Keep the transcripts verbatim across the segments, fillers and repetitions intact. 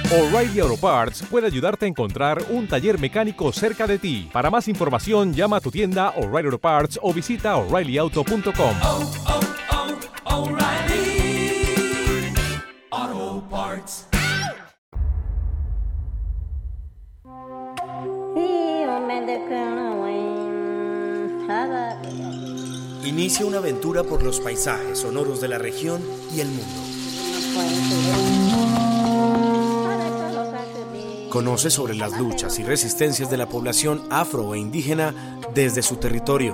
O'Reilly Auto Parts puede ayudarte a encontrar un taller mecánico cerca de ti. Para más información, llama a tu tienda O'Reilly Auto Parts o visita O'Reilly Auto punto com. Oh, oh, oh, O'Reilly Auto Parts. Inicia una aventura por los paisajes sonoros de la región y el mundo. Conoce sobre las luchas y resistencias de la población afro e indígena desde su territorio.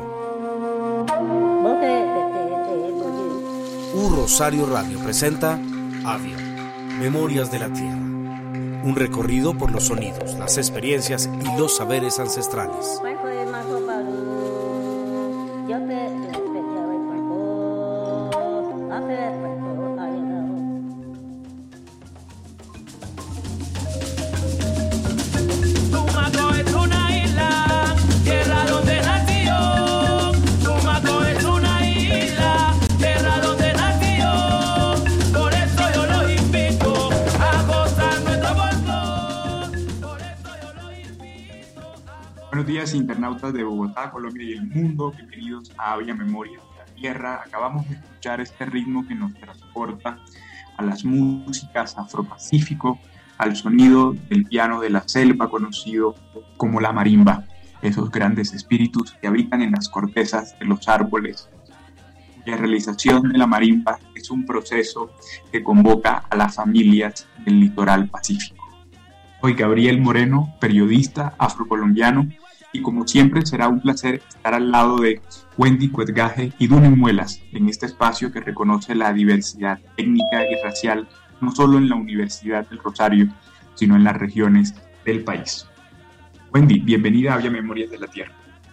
U Rosario Radio presenta Avia, Memorias de la Tierra. Un recorrido por los sonidos, las experiencias y los saberes ancestrales. Buenos días, internautas de Bogotá, Colombia y el mundo. Bienvenidos a Avia Memorias de la Tierra. Acabamos de escuchar este ritmo que nos transporta a las músicas afropacífico, al sonido del piano de la selva, conocido como la marimba. Esos grandes espíritus que habitan en las cortezas de los árboles. La realización de la marimba es un proceso que convoca a las familias del litoral pacífico. Soy Gabriel Moreno, periodista afrocolombiano, y como siempre será un placer estar al lado de Wendy Cuetgaje y Dunen Muelas en este espacio que reconoce la diversidad étnica y racial no solo en la Universidad del Rosario, sino en las regiones del país. Wendy, bienvenida a Avia Memorias de la Tierra.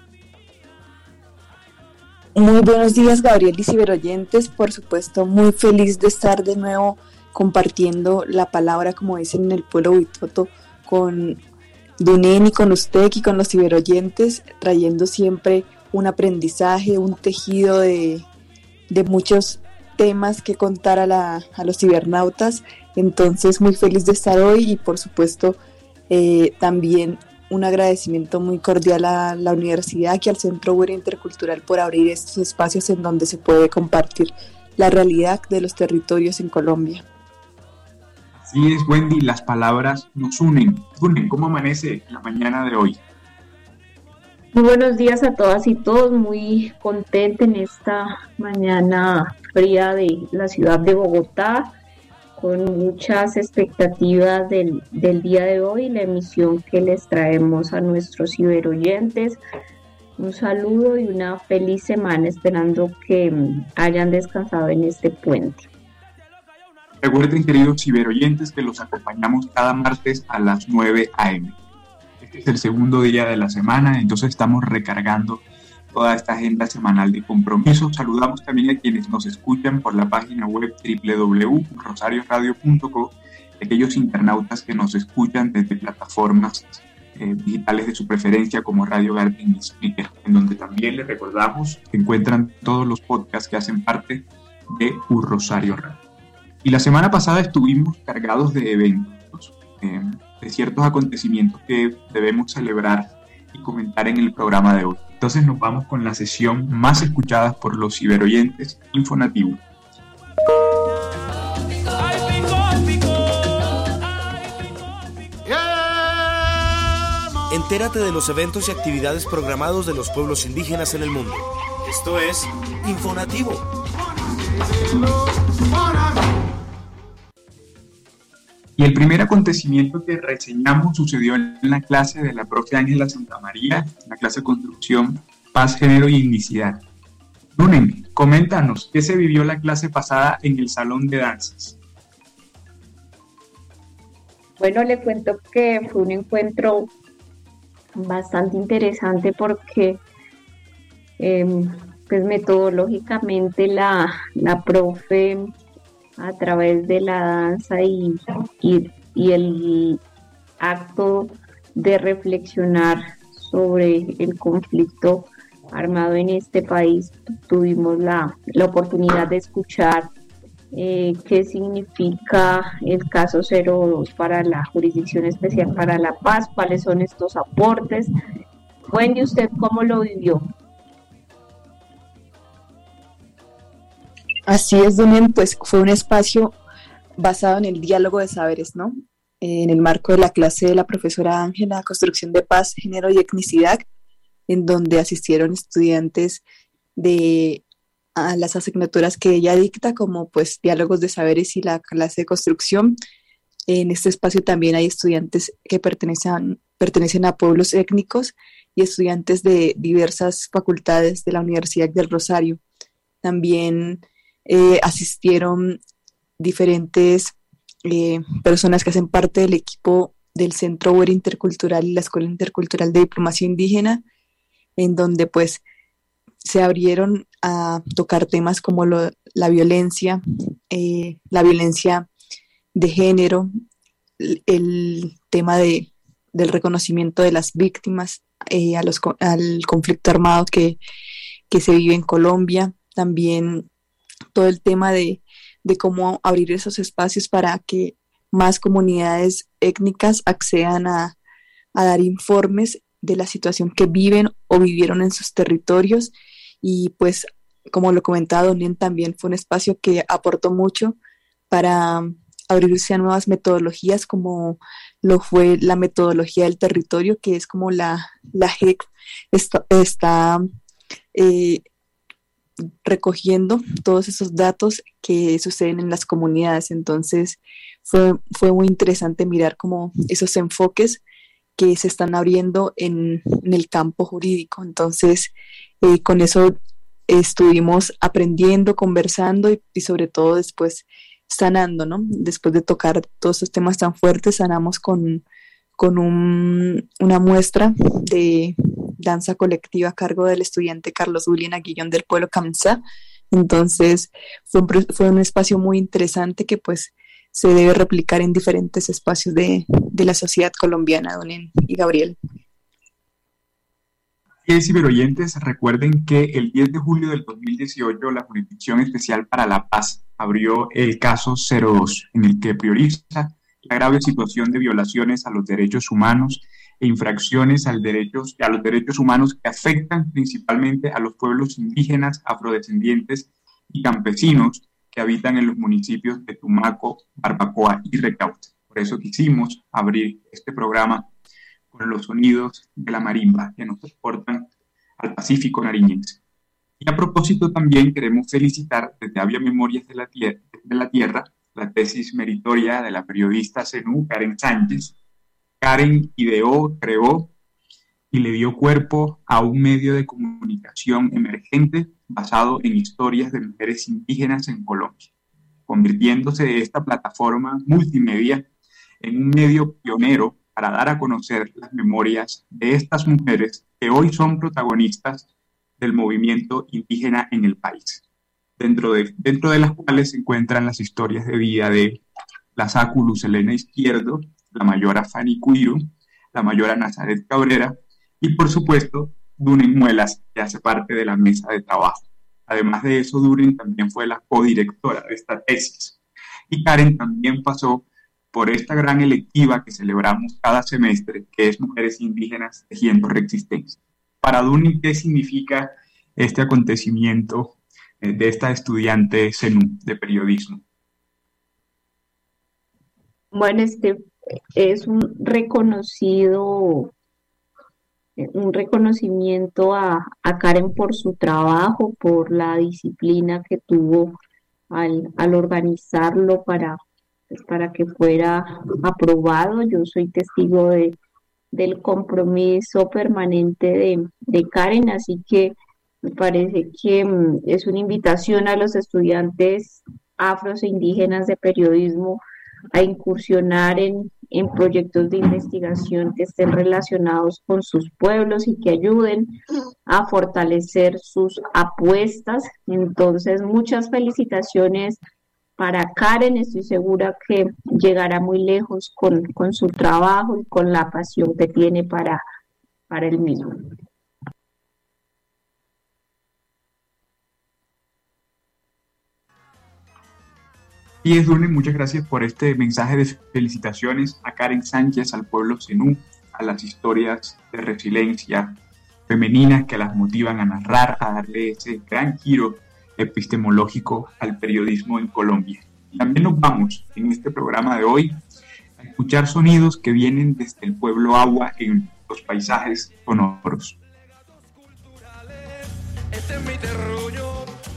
Muy buenos días, Gabriel y ciberoyentes. Por supuesto, muy feliz de estar de nuevo compartiendo la palabra, como dicen en el pueblo Huitoto, con Dunen y con usted y con los ciberoyentes, trayendo siempre un aprendizaje, un tejido de, de muchos temas que contar a, la, a los cibernautas. Entonces, muy feliz de estar hoy y, por supuesto, eh, también un agradecimiento muy cordial a la universidad y al Centro Huera Intercultural por abrir estos espacios en donde se puede compartir la realidad de los territorios en Colombia. Así es, Wendy, las palabras nos unen. Unen, ¿cómo amanece la mañana de hoy? Muy buenos días a todas y todos, muy contenta en esta mañana fría de la ciudad de Bogotá, con muchas expectativas del, del día de hoy, la emisión que les traemos a nuestros ciberoyentes. Un saludo y una feliz semana, esperando que hayan descansado en este puente. Recuerden, queridos ciberoyentes, que los acompañamos cada martes a las nueve a.m. Este es el segundo día de la semana, entonces estamos recargando toda esta agenda semanal de compromisos. Saludamos también a quienes nos escuchan por la página web doble u doble u doble u punto rosario radio punto co, aquellos internautas que nos escuchan desde plataformas eh, digitales de su preferencia como Radio Garden y Spreaker, en donde también les recordamos que encuentran todos los podcasts que hacen parte de U Rosario Radio. Y la semana pasada estuvimos cargados de eventos, eh, de ciertos acontecimientos que debemos celebrar y comentar en el programa de hoy. Entonces nos vamos con la sesión más escuchada por los ciberoyentes, Infonativo. Entérate de los eventos y actividades programados de los pueblos indígenas en el mundo. Esto es Infonativo. Y el primer acontecimiento que reseñamos sucedió en la clase de la profe Ángela Santamaría, la clase de construcción, paz, género y etnicidad. Dunen, coméntanos, ¿qué se vivió la clase pasada en el salón de danzas? Bueno, le cuento que fue un encuentro bastante interesante porque eh, pues metodológicamente la, la profe a través de la danza y, y, y el acto de reflexionar sobre el conflicto armado en este país, tuvimos la, la oportunidad de escuchar eh, qué significa el caso cero dos para la Jurisdicción Especial para la Paz, cuáles son estos aportes. Wendy, ¿usted cómo lo vivió? Así es, Dunen, pues fue un espacio basado en el diálogo de saberes, ¿no? En el marco de la clase de la profesora Ángela, Construcción de Paz, Género y Etnicidad, en donde asistieron estudiantes de a las asignaturas que ella dicta, como pues diálogos de saberes y la clase de construcción. En este espacio también hay estudiantes que pertenecen, pertenecen a pueblos étnicos y estudiantes de diversas facultades de la Universidad del Rosario. También eh, asistieron diferentes eh, personas que hacen parte del equipo del Centro Uber Intercultural y la Escuela Intercultural de Diplomacia Indígena, en donde pues se abrieron a tocar temas como lo, la violencia, eh, la violencia de género, el, el tema de, del reconocimiento de las víctimas, eh, a los, al conflicto armado que, que se vive en Colombia, también todo el tema de, de cómo abrir esos espacios para que más comunidades étnicas accedan a, a dar informes de la situación que viven o vivieron en sus territorios. Y pues, como lo comentaba Donien, también fue un espacio que aportó mucho para abrirse a nuevas metodologías, como lo fue la metodología del territorio, que es como la, la G E C está, está eh, recogiendo todos esos datos que suceden en las comunidades. Entonces, fue, fue muy interesante mirar como esos enfoques que se están abriendo en, en el campo jurídico. Entonces, eh, con eso eh, estuvimos aprendiendo, conversando y, y sobre todo después sanando, ¿no? Después de tocar todos esos temas tan fuertes, sanamos con, con un, una muestra de danza colectiva a cargo del estudiante Carlos William Aguillón del pueblo Kamsá. Entonces, fue un, fue un espacio muy interesante que pues se debe replicar en diferentes espacios de, de la sociedad colombiana, Donien y Gabriel. Y ciberoyentes, recuerden que el diez de julio del dos mil dieciocho la Jurisdicción Especial para la Paz abrió el caso cero dos, en el que prioriza la grave situación de violaciones a los derechos humanos e infracciones al derechos, a los derechos humanos que afectan principalmente a los pueblos indígenas, afrodescendientes y campesinos que habitan en los municipios de Tumaco, Barbacoa y Recaute. Por eso quisimos abrir este programa con los sonidos de la marimba que nos transportan al Pacífico nariñense. Y a propósito también queremos felicitar desde Avia Memorias de la, Tierra, de la Tierra la tesis meritoria de la periodista cenú Karen Sánchez. Karen ideó, creó y le dio cuerpo a un medio de comunicación emergente basado en historias de mujeres indígenas en Colombia, convirtiéndose esta plataforma multimedia en un medio pionero para dar a conocer las memorias de estas mujeres que hoy son protagonistas del movimiento indígena en el país, dentro de, dentro de las cuales se encuentran las historias de vida de la Sacu Luz Helena Izquierdo, la mayora Fanny Cuiro, la mayora Nazaret Cabrera y, por supuesto, Dunen Muelas, que hace parte de la mesa de trabajo. Además de eso, Dunen también fue la codirectora de esta tesis. Y Karen también pasó por esta gran electiva que celebramos cada semestre, que es Mujeres Indígenas Tejiendo Resistencia. Para Dunen, ¿qué significa este acontecimiento de esta estudiante cenú de periodismo? Bueno, este es un reconocido, un reconocimiento a, a Karen por su trabajo, por la disciplina que tuvo al, al organizarlo para, pues, para que fuera aprobado. Yo soy testigo de, del compromiso permanente de, de Karen, así que me parece que um, es una invitación a los estudiantes afros e indígenas de periodismo a incursionar en, en proyectos de investigación que estén relacionados con sus pueblos y que ayuden a fortalecer sus apuestas. Entonces, muchas felicitaciones para Karen. Estoy segura que llegará muy lejos con, con su trabajo y con la pasión que tiene para, para el mismo. Y es Dune, muchas gracias por este mensaje de felicitaciones a Karen Sánchez, al pueblo zenú, a las historias de resiliencia femeninas que las motivan a narrar, a darle ese gran giro epistemológico al periodismo en Colombia. Y también nos vamos en este programa de hoy a escuchar sonidos que vienen desde el pueblo Agua en los paisajes sonoros. Este es mi terruño.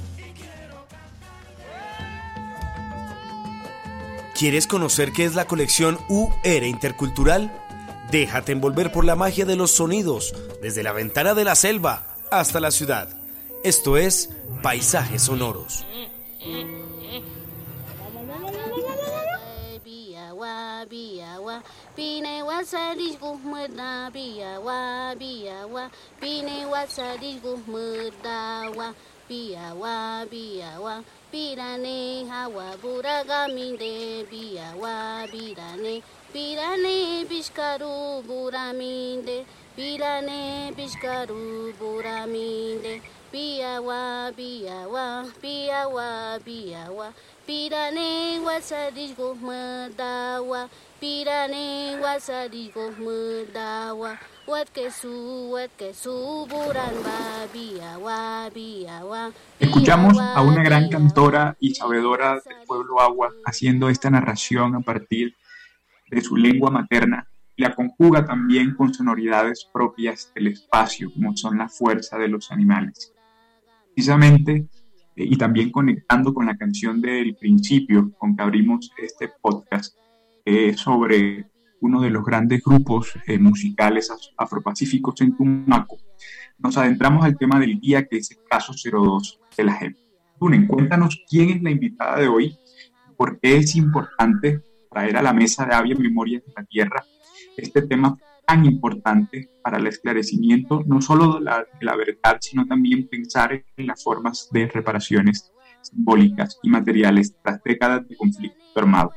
¿Quieres conocer qué es la colección U R Intercultural? Déjate envolver por la magia de los sonidos, desde la ventana de la selva hasta la ciudad. Esto es Paisajes Sonoros. Biawa, biawa, birane, hawa, buraga, minde, biawa, birane, birane, bishkaru, buraminde, birane, bishkaru, buraminde, biawa, biawa, biawa, biawa, birane, wasadigo, madawa, birane, wasadigo, madawa. Escuchamos a una gran cantora y sabedora del pueblo Agua haciendo esta narración a partir de su lengua materna. La conjuga también con sonoridades propias del espacio, como son la fuerza de los animales. Precisamente, y también conectando con la canción del principio con que abrimos este podcast, eh, sobre uno de los grandes grupos eh, musicales afropacíficos en Tumaco, nos adentramos al tema del día, que es el caso cero dos de la J E P. Dunen, cuéntanos quién es la invitada de hoy, por qué es importante traer a la mesa de Avia Memorias de la Tierra este tema tan importante para el esclarecimiento, no solo de la, de la verdad, sino también pensar en las formas de reparaciones simbólicas y materiales tras décadas de conflicto armado.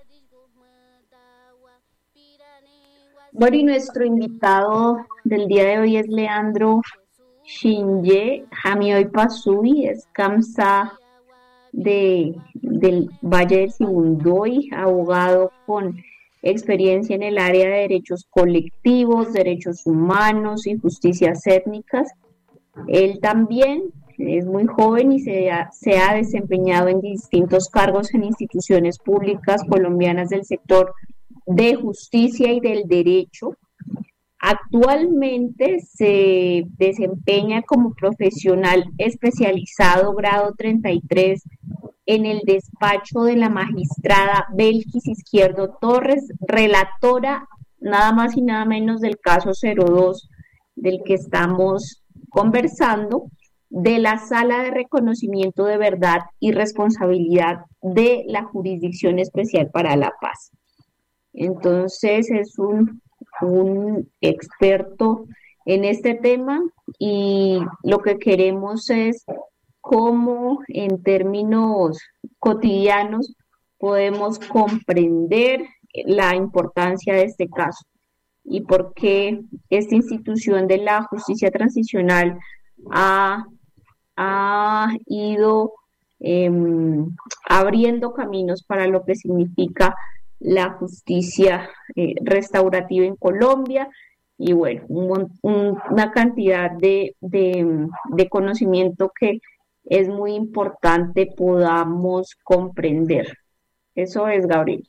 Bueno, y nuestro invitado del día de hoy es Leandro Shinye Jamioy Pasui, es Kamsa de, del Valle del Sibundoy, abogado con experiencia en el área de derechos colectivos, derechos humanos y justicias étnicas. Él también es muy joven y se ha, se ha desempeñado en distintos cargos en instituciones públicas colombianas del sector de justicia y del derecho. Actualmente se desempeña como profesional especializado grado treinta y tres en el despacho de la magistrada Belkis Izquierdo Torres, relatora nada más y nada menos del caso cero dos del que estamos conversando, de la Sala de Reconocimiento de Verdad y Responsabilidad de la Jurisdicción Especial para la Paz. Entonces es un, un experto en este tema y lo que queremos es cómo en términos cotidianos podemos comprender la importancia de este caso y por qué esta institución de la justicia transicional ha, ha ido eh, abriendo caminos para lo que significa la justicia eh, restaurativa en Colombia y bueno, un, un, una cantidad de, de, de conocimiento que es muy importante podamos comprender. Eso es, Gabriel.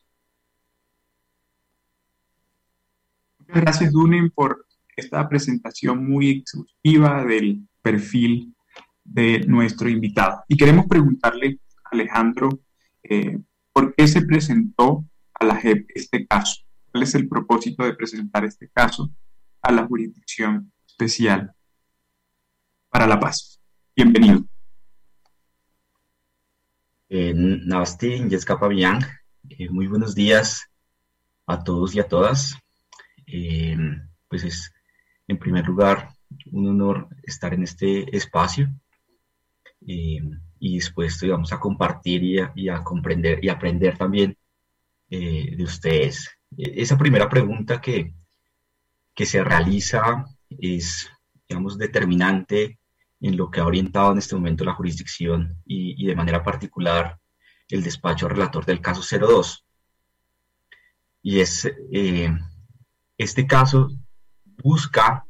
Muchas gracias, Dunen, por esta presentación muy exhaustiva del perfil de nuestro invitado. Y queremos preguntarle a Alejandro eh, por qué se presentó a la J E P este caso. ¿Cuál es el propósito de presentar este caso a la Jurisdicción Especial para la Paz? Bienvenido. Eh, Namaste, Jessica Pavian. Eh, muy buenos días a todos y a todas. Eh, pues es, en primer lugar, un honor estar en este espacio eh, y dispuesto, digamos, a compartir y a, y a comprender y aprender también Eh, de ustedes. Esa primera pregunta que, que se realiza es, digamos, determinante en lo que ha orientado en este momento la jurisdicción y, y de manera particular el despacho relator del caso cero dos. Y es, eh, este caso busca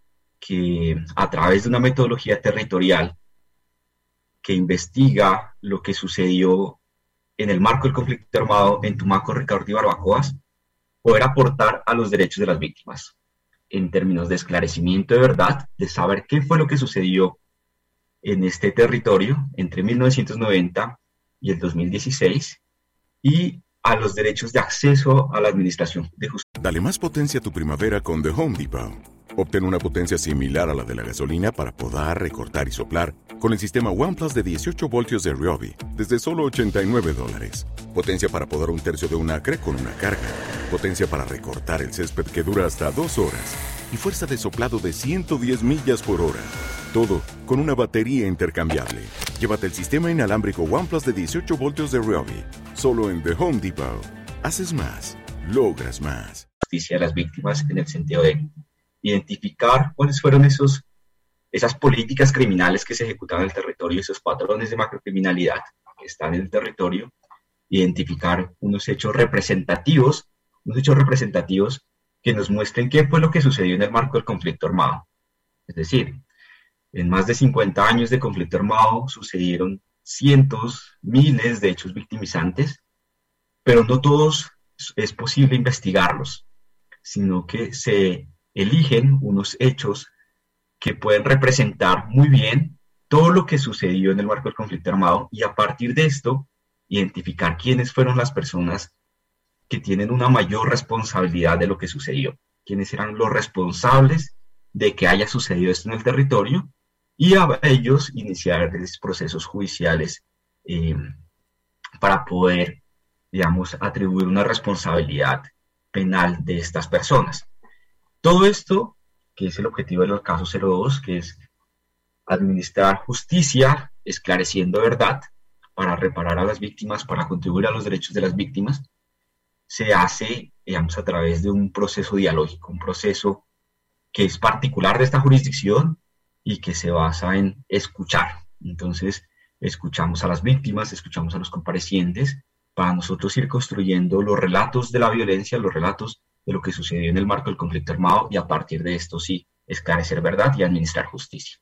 que a través de una metodología territorial que investiga lo que sucedió en el marco del conflicto armado en Tumaco, Ricaurte y Barbacoas, poder aportar a los derechos de las víctimas en términos de esclarecimiento de verdad, de saber qué fue lo que sucedió en este territorio entre mil novecientos noventa y el dos mil dieciséis, y a los derechos de acceso a la administración de justicia. Dale más potencia a tu primavera con The Home Depot. Obtén una potencia similar a la de la gasolina para podar, recortar y soplar con el sistema OnePlus de dieciocho voltios de Ryobi desde solo ochenta y nueve dólares. Potencia para podar un tercio de un acre con una carga. Potencia para recortar el césped que dura hasta dos horas. Y fuerza de soplado de ciento diez millas por hora. Todo con una batería intercambiable. Llévate el sistema inalámbrico OnePlus de dieciocho voltios de Ryobi. Solo en The Home Depot. Haces más. Logras más. Justicia a las víctimas en el sentido de identificar cuáles fueron esos, esas políticas criminales que se ejecutaban en el territorio, esos patrones de macrocriminalidad que están en el territorio, identificar unos hechos representativos, unos hechos representativos que nos muestren qué fue lo que sucedió en el marco del conflicto armado. Es decir, en más de cincuenta años de conflicto armado sucedieron cientos, miles de hechos victimizantes, pero no todos es posible investigarlos, sino que se eligen unos hechos que pueden representar muy bien todo lo que sucedió en el marco del conflicto armado y a partir de esto identificar quiénes fueron las personas que tienen una mayor responsabilidad de lo que sucedió, quiénes eran los responsables de que haya sucedido esto en el territorio y a ellos iniciar procesos judiciales eh, para poder, digamos, atribuir una responsabilidad penal de estas personas. Todo esto, que es el objetivo del caso cero dos, que es administrar justicia, esclareciendo verdad, para reparar a las víctimas, para contribuir a los derechos de las víctimas, se hace, digamos, a través de un proceso dialógico, un proceso que es particular de esta jurisdicción y que se basa en escuchar. Entonces, escuchamos a las víctimas, escuchamos a los comparecientes, para nosotros ir construyendo los relatos de la violencia, los relatos de lo que sucedió en el marco del conflicto armado y a partir de esto sí, esclarecer verdad y administrar justicia.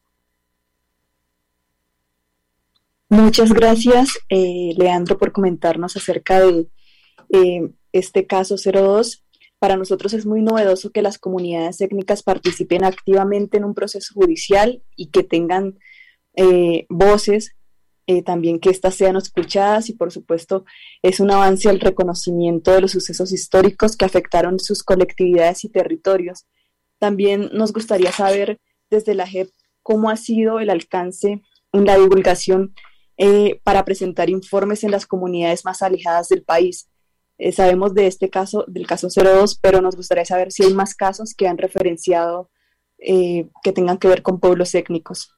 Muchas gracias, eh, Leandro, por comentarnos acerca de eh, este caso cero dos. Para nosotros es muy novedoso que las comunidades étnicas participen activamente en un proceso judicial y que tengan eh, voces, eh, también que éstas sean escuchadas y por supuesto es un avance al reconocimiento de los sucesos históricos que afectaron sus colectividades y territorios. También nos gustaría saber desde la J E P cómo ha sido el alcance en la divulgación eh, para presentar informes en las comunidades más alejadas del país. Eh, sabemos de este caso, del caso cero dos, pero nos gustaría saber si hay más casos que han referenciado eh, que tengan que ver con pueblos étnicos.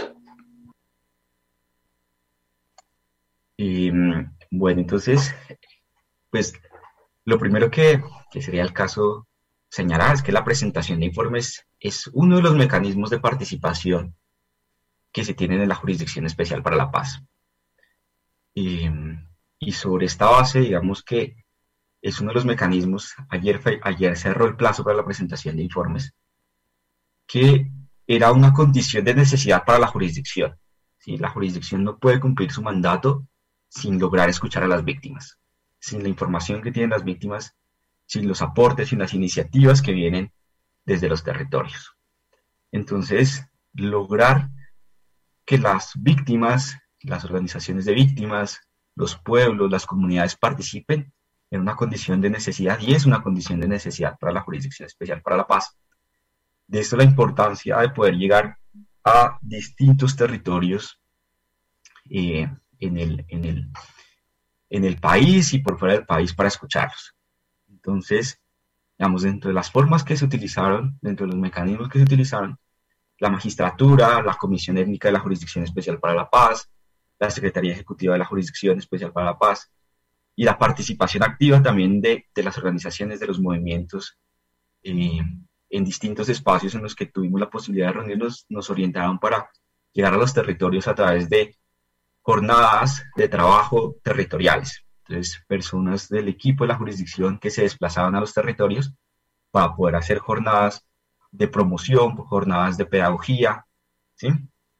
Y, bueno, entonces, pues lo primero que, que sería el caso señalar es que la presentación de informes es uno de los mecanismos de participación que se tienen en la Jurisdicción Especial para la Paz. Y, y sobre esta base, digamos que es uno de los mecanismos, ayer, ayer cerró el plazo para la presentación de informes, que era una condición de necesidad para la jurisdicción. ¿Sí? La jurisdicción no puede cumplir su mandato sin lograr escuchar a las víctimas, sin la información que tienen las víctimas, sin los aportes, sin las iniciativas que vienen desde los territorios. Entonces, lograr que las víctimas, las organizaciones de víctimas, los pueblos, las comunidades participen en una condición de necesidad, y es una condición de necesidad para la Jurisdicción Especial para la Paz. De esto la importancia de poder llegar a distintos territorios eh, en, el, en, el, en el país y por fuera del país para escucharlos. Entonces, digamos, dentro de las formas que se utilizaron, dentro de los mecanismos que se utilizaron, la magistratura, la Comisión Étnica de la Jurisdicción Especial para la Paz, la Secretaría Ejecutiva de la Jurisdicción Especial para la Paz, y la participación activa también de, de las organizaciones, de los movimientos, eh, en distintos espacios en los que tuvimos la posibilidad de reunirnos, nos orientaron para llegar a los territorios a través de jornadas de trabajo territoriales. Entonces, personas del equipo de la jurisdicción que se desplazaban a los territorios para poder hacer jornadas de promoción, jornadas de pedagogía, ¿sí?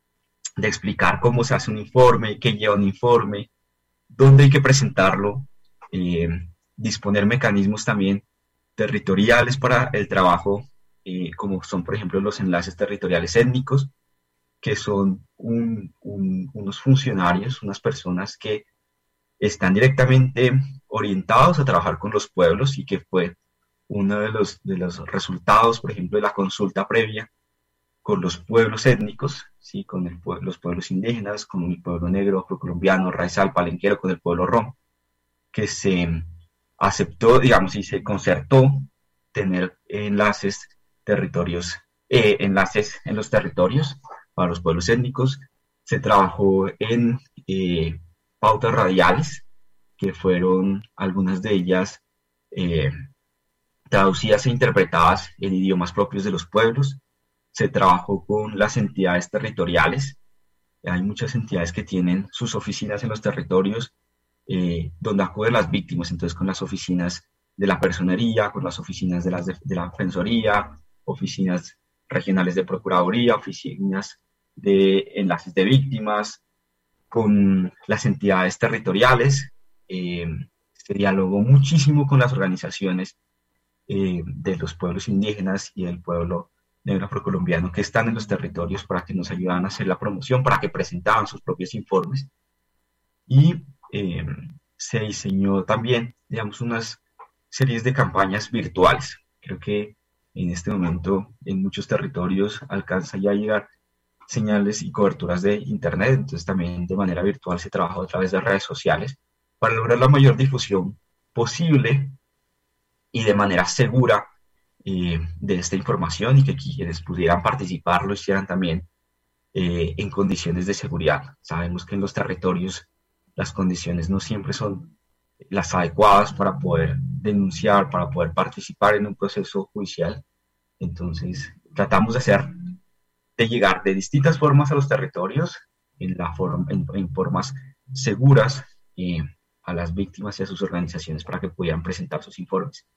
De explicar cómo se hace un informe, qué lleva un informe, dónde hay que presentarlo, eh, disponer mecanismos también territoriales para el trabajo, eh, como son, por ejemplo, los enlaces territoriales étnicos, que son un, un, unos funcionarios, unas personas que están directamente orientados a trabajar con los pueblos y que fue uno de los, de los resultados, por ejemplo, de la consulta previa con los pueblos étnicos, ¿sí? Con el, los pueblos indígenas, con el pueblo negro, afrocolombiano, raizal, palenquero, con el pueblo rom, que se aceptó, digamos, y se concertó tener enlaces territorios, eh, enlaces en los territorios para los pueblos étnicos. Se trabajó en eh, pautas radiales, que fueron algunas de ellas eh, traducidas e interpretadas en idiomas propios de los pueblos. Se trabajó con las entidades territoriales. Hay muchas entidades que tienen sus oficinas en los territorios eh, donde acuden las víctimas, entonces con las oficinas de la personería, con las oficinas de, las de, de la defensoría, oficinas regionales de procuraduría, oficinas de enlaces de víctimas, con las entidades territoriales. Eh, se dialogó muchísimo con las organizaciones eh, de los pueblos indígenas y del pueblo negro afrocolombiano que están en los territorios para que nos ayudaran a hacer la promoción, para que presentaban sus propios informes. Y eh, se diseñó también, digamos, unas series de campañas virtuales. Creo que en este momento en muchos territorios alcanza ya a llegar señales y coberturas de internet, entonces también de manera virtual se trabaja a través de redes sociales para lograr la mayor difusión posible y de manera segura eh, de esta información, y que quienes pudieran participar lo hicieran también eh, en condiciones de seguridad. Sabemos que en los territorios las condiciones no siempre son las adecuadas para poder denunciar, para poder participar en un proceso judicial. Entonces tratamos de hacer, de llegar de distintas formas a los territorios, en, la forma, en, en formas seguras eh, a las víctimas y a sus organizaciones para que pudieran presentar sus informes.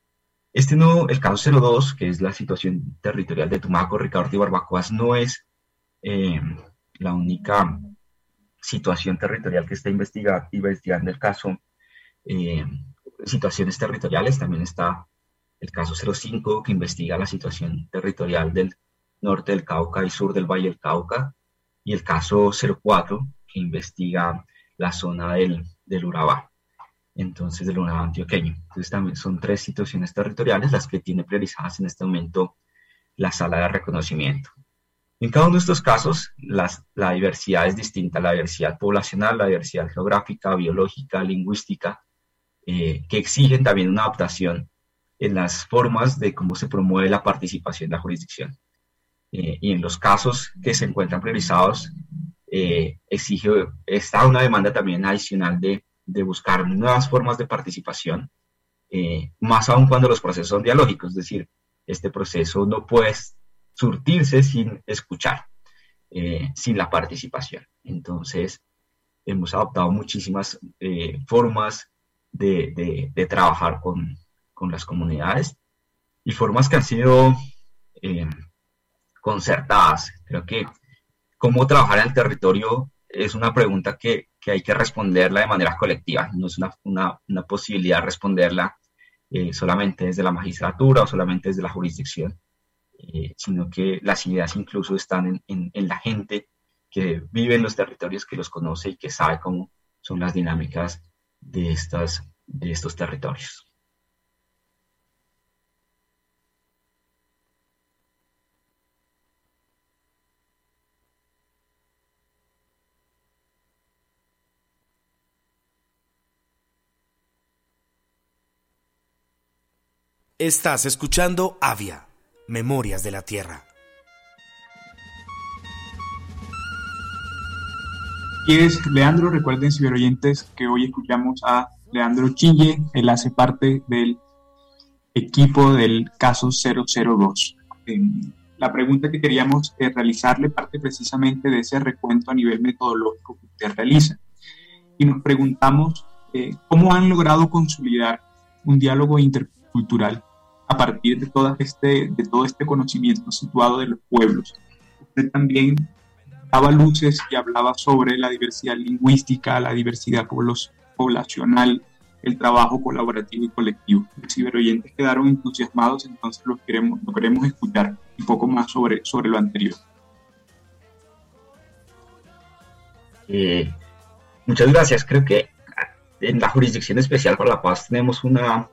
Este no, el caso cero dos, que es la situación territorial de Tumaco, Ricaurte y Barbacoas, no es eh, la única situación territorial que está investigando, investigando el caso, eh, situaciones territoriales. También está el caso cero cinco, que investiga la situación territorial del norte del Cauca y sur del Valle del Cauca, y el caso cero cuatro, que investiga la zona del, del Urabá, entonces del Urabá antioqueño. Entonces también son tres situaciones territoriales las que tiene priorizadas en este momento la sala de reconocimiento. En cada uno de estos casos las, la diversidad es distinta, la diversidad poblacional, la diversidad geográfica, biológica, lingüística, eh, que exigen también una adaptación en las formas de cómo se promueve la participación de la jurisdicción. Eh, y en los casos que se encuentran priorizados, eh, exige, está una demanda también adicional de, de buscar nuevas formas de participación, eh, más aún cuando los procesos son dialógicos, es decir, este proceso no puede surtirse sin escuchar, eh, sin la participación. Entonces, hemos adoptado muchísimas eh, formas de, de, de trabajar con, con las comunidades, y formas que han sido eh, concertadas. Creo que cómo trabajar en el territorio es una pregunta que, que hay que responderla de manera colectiva, no es una, una, una posibilidad responderla eh, solamente desde la magistratura o solamente desde la jurisdicción, eh, sino que las ideas incluso están en, en, en la gente que vive en los territorios, que los conoce y que sabe cómo son las dinámicas de, estas, de estos territorios. Estás escuchando Avia, Memorias de la Tierra. Y es Leandro. Recuerden, ciberoyentes, que hoy escuchamos a Leandro Chille. Él hace parte del equipo del caso cero cero dos. En la pregunta que queríamos eh, realizarle parte precisamente de ese recuento a nivel metodológico que usted realiza. Y nos preguntamos eh, cómo han logrado consolidar un diálogo intercultural a partir de todo este, de todo este conocimiento situado de los pueblos. Usted también daba luces y hablaba sobre la diversidad lingüística, la diversidad poblacional, el trabajo colaborativo y colectivo. Los ciberoyentes quedaron entusiasmados, entonces lo queremos, lo queremos escuchar un poco más sobre, sobre lo anterior. Eh, muchas gracias. Creo que en la Jurisdicción Especial para la Paz tenemos una,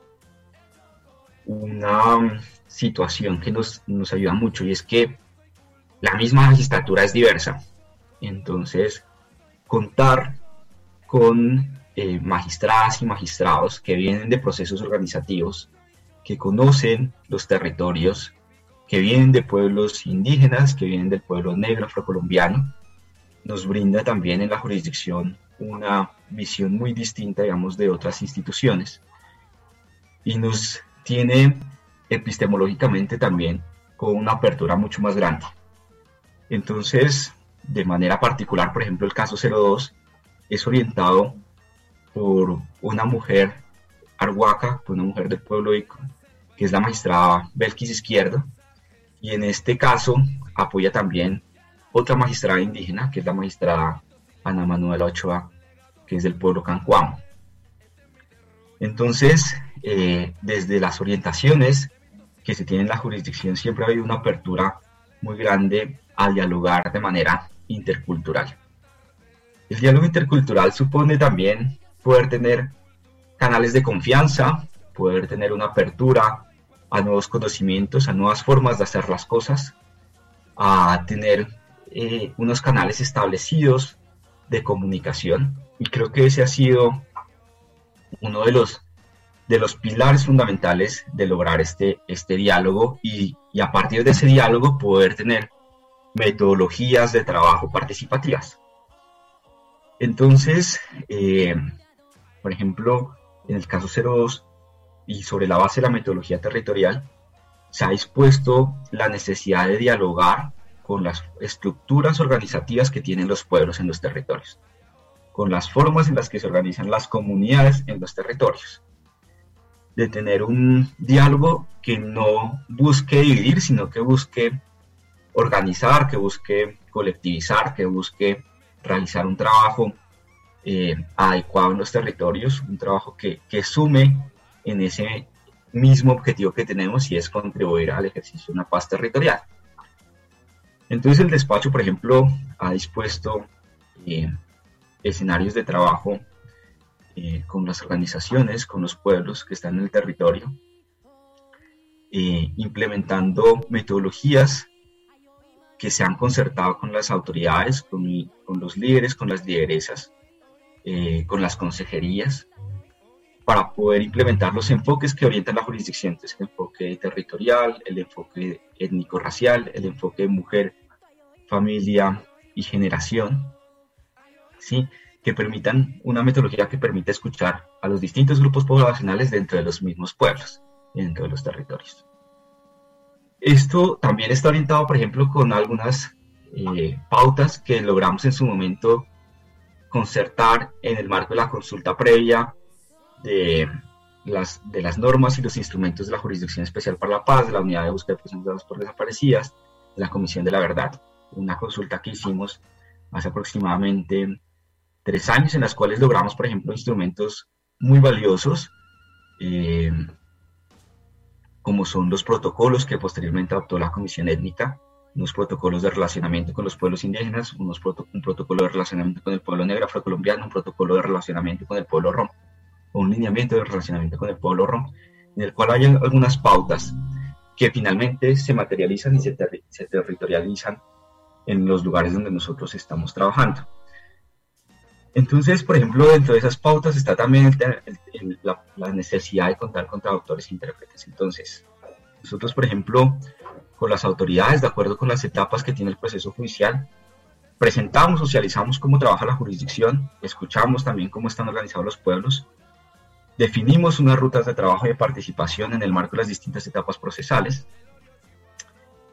una situación que nos, nos ayuda mucho, y es que la misma magistratura es diversa. Entonces, contar con eh, magistradas y magistrados que vienen de procesos organizativos, que conocen los territorios, que vienen de pueblos indígenas, que vienen del pueblo negro afrocolombiano, nos brinda también en la jurisdicción una visión muy distinta, digamos, de otras instituciones, y nos tiene epistemológicamente también con una apertura mucho más grande. Entonces, de manera particular, por ejemplo, el caso cero dos es orientado por una mujer arhuaca, por una mujer del pueblo Ico, que es la magistrada Belkis Izquierdo, y en este caso apoya también otra magistrada indígena, que es la magistrada Ana Manuela Ochoa, que es del pueblo Cancuamo. Entonces, eh, desde las orientaciones que se tienen en la jurisdicción, siempre ha habido una apertura muy grande a dialogar de manera intercultural. El diálogo intercultural supone también poder tener canales de confianza, poder tener una apertura a nuevos conocimientos, a nuevas formas de hacer las cosas, a tener eh, unos canales establecidos de comunicación, y creo que ese ha sido uno de los, de los pilares fundamentales de lograr este, este diálogo, y, y a partir de ese diálogo poder tener metodologías de trabajo participativas. Entonces, eh, por ejemplo, en el caso cero dos, y sobre la base de la metodología territorial, se ha expuesto la necesidad de dialogar con las estructuras organizativas que tienen los pueblos en los territorios, con las formas en las que se organizan las comunidades en los territorios, de tener un diálogo que no busque dividir, sino que busque organizar, que busque colectivizar, que busque realizar un trabajo eh, adecuado en los territorios, un trabajo que, que sume en ese mismo objetivo que tenemos, y es contribuir al ejercicio de una paz territorial. Entonces el despacho, por ejemplo, ha dispuesto eh, escenarios de trabajo eh, con las organizaciones, con los pueblos que están en el territorio, eh, implementando metodologías que se han concertado con las autoridades, con, con los líderes, con las lideresas, eh, con las consejerías, para poder implementar los enfoques que orientan la jurisdicción. Entonces, el enfoque territorial, el enfoque étnico-racial, el enfoque de mujer, familia y generación, ¿sí? Que permitan una metodología que permita escuchar a los distintos grupos poblacionales dentro de los mismos pueblos, dentro de los territorios. Esto también está orientado, por ejemplo, con algunas eh, pautas que logramos en su momento concertar en el marco de la consulta previa de las, de las normas y los instrumentos de la Jurisdicción Especial para la Paz, de la Unidad de Búsqueda de Personas Dadas por Desaparecidas, de la Comisión de la Verdad. Una consulta que hicimos hace aproximadamente tres años, en las cuales logramos, por ejemplo, instrumentos muy valiosos, eh, como son los protocolos que posteriormente adoptó la Comisión Étnica, unos protocolos de relacionamiento con los pueblos indígenas, unos proto un protocolo de relacionamiento con el pueblo negro afrocolombiano, un protocolo de relacionamiento con el pueblo rom, o un lineamiento de relacionamiento con el pueblo rom, en el cual hay algunas pautas que finalmente se materializan y se, ter se territorializan en los lugares donde nosotros estamos trabajando. Entonces, por ejemplo, dentro de esas pautas está también el, el, el, la, la necesidad de contar con traductores e intérpretes. Entonces, nosotros, por ejemplo, con las autoridades, de acuerdo con las etapas que tiene el proceso judicial, presentamos, socializamos cómo trabaja la jurisdicción, escuchamos también cómo están organizados los pueblos, definimos unas rutas de trabajo y de participación en el marco de las distintas etapas procesales,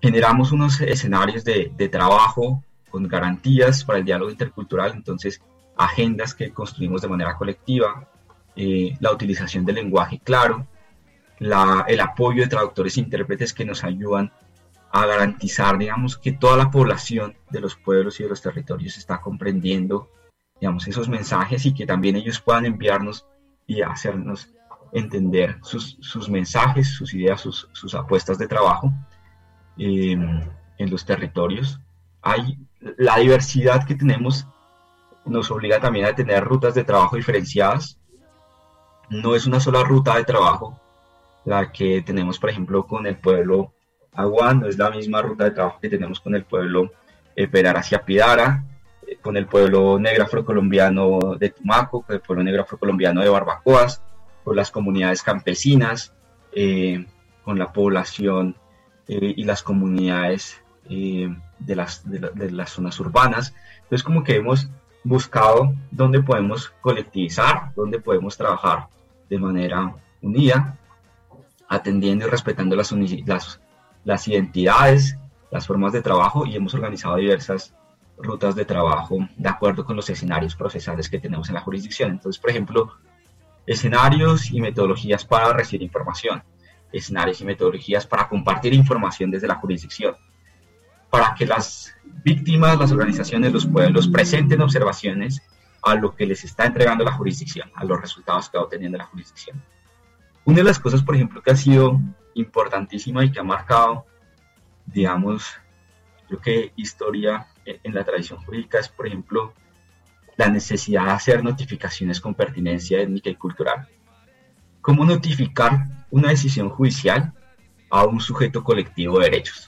generamos unos escenarios de, de trabajo con garantías para el diálogo intercultural, entonces agendas que construimos de manera colectiva, eh, la utilización del lenguaje claro, la, el apoyo de traductores e intérpretes que nos ayudan a garantizar, digamos, que toda la población de los pueblos y de los territorios está comprendiendo, digamos, esos mensajes y que también ellos puedan enviarnos y hacernos entender sus, sus mensajes, sus ideas, sus, sus apuestas de trabajo eh, en los territorios. Hay la diversidad que tenemos nos obliga también a tener rutas de trabajo diferenciadas. No es una sola ruta de trabajo la que tenemos, por ejemplo, con el pueblo Aguán, no es la misma ruta de trabajo que tenemos con el pueblo eh, Perar hacia Pidara, eh, con el pueblo negro afrocolombiano de Tumaco, con el pueblo negro afrocolombiano de Barbacoas, con las comunidades campesinas, eh, con la población eh, y las comunidades eh, de, las, de, la, de las zonas urbanas. Entonces, como que hemos buscado dónde podemos colectivizar, dónde podemos trabajar de manera unida, atendiendo y respetando las, las, las identidades, las formas de trabajo, y hemos organizado diversas rutas de trabajo de acuerdo con los escenarios procesales que tenemos en la jurisdicción. Entonces, por ejemplo, escenarios y metodologías para recibir información, escenarios y metodologías para compartir información desde la jurisdicción, para que las víctimas, las organizaciones, los pueblos presenten observaciones a lo que les está entregando la jurisdicción, a los resultados que va obteniendo la jurisdicción. Una de las cosas, por ejemplo, que ha sido importantísima y que ha marcado, digamos, creo que historia en la tradición jurídica es, por ejemplo, la necesidad de hacer notificaciones con pertinencia étnica y cultural. ¿Cómo notificar una decisión judicial a un sujeto colectivo de derechos?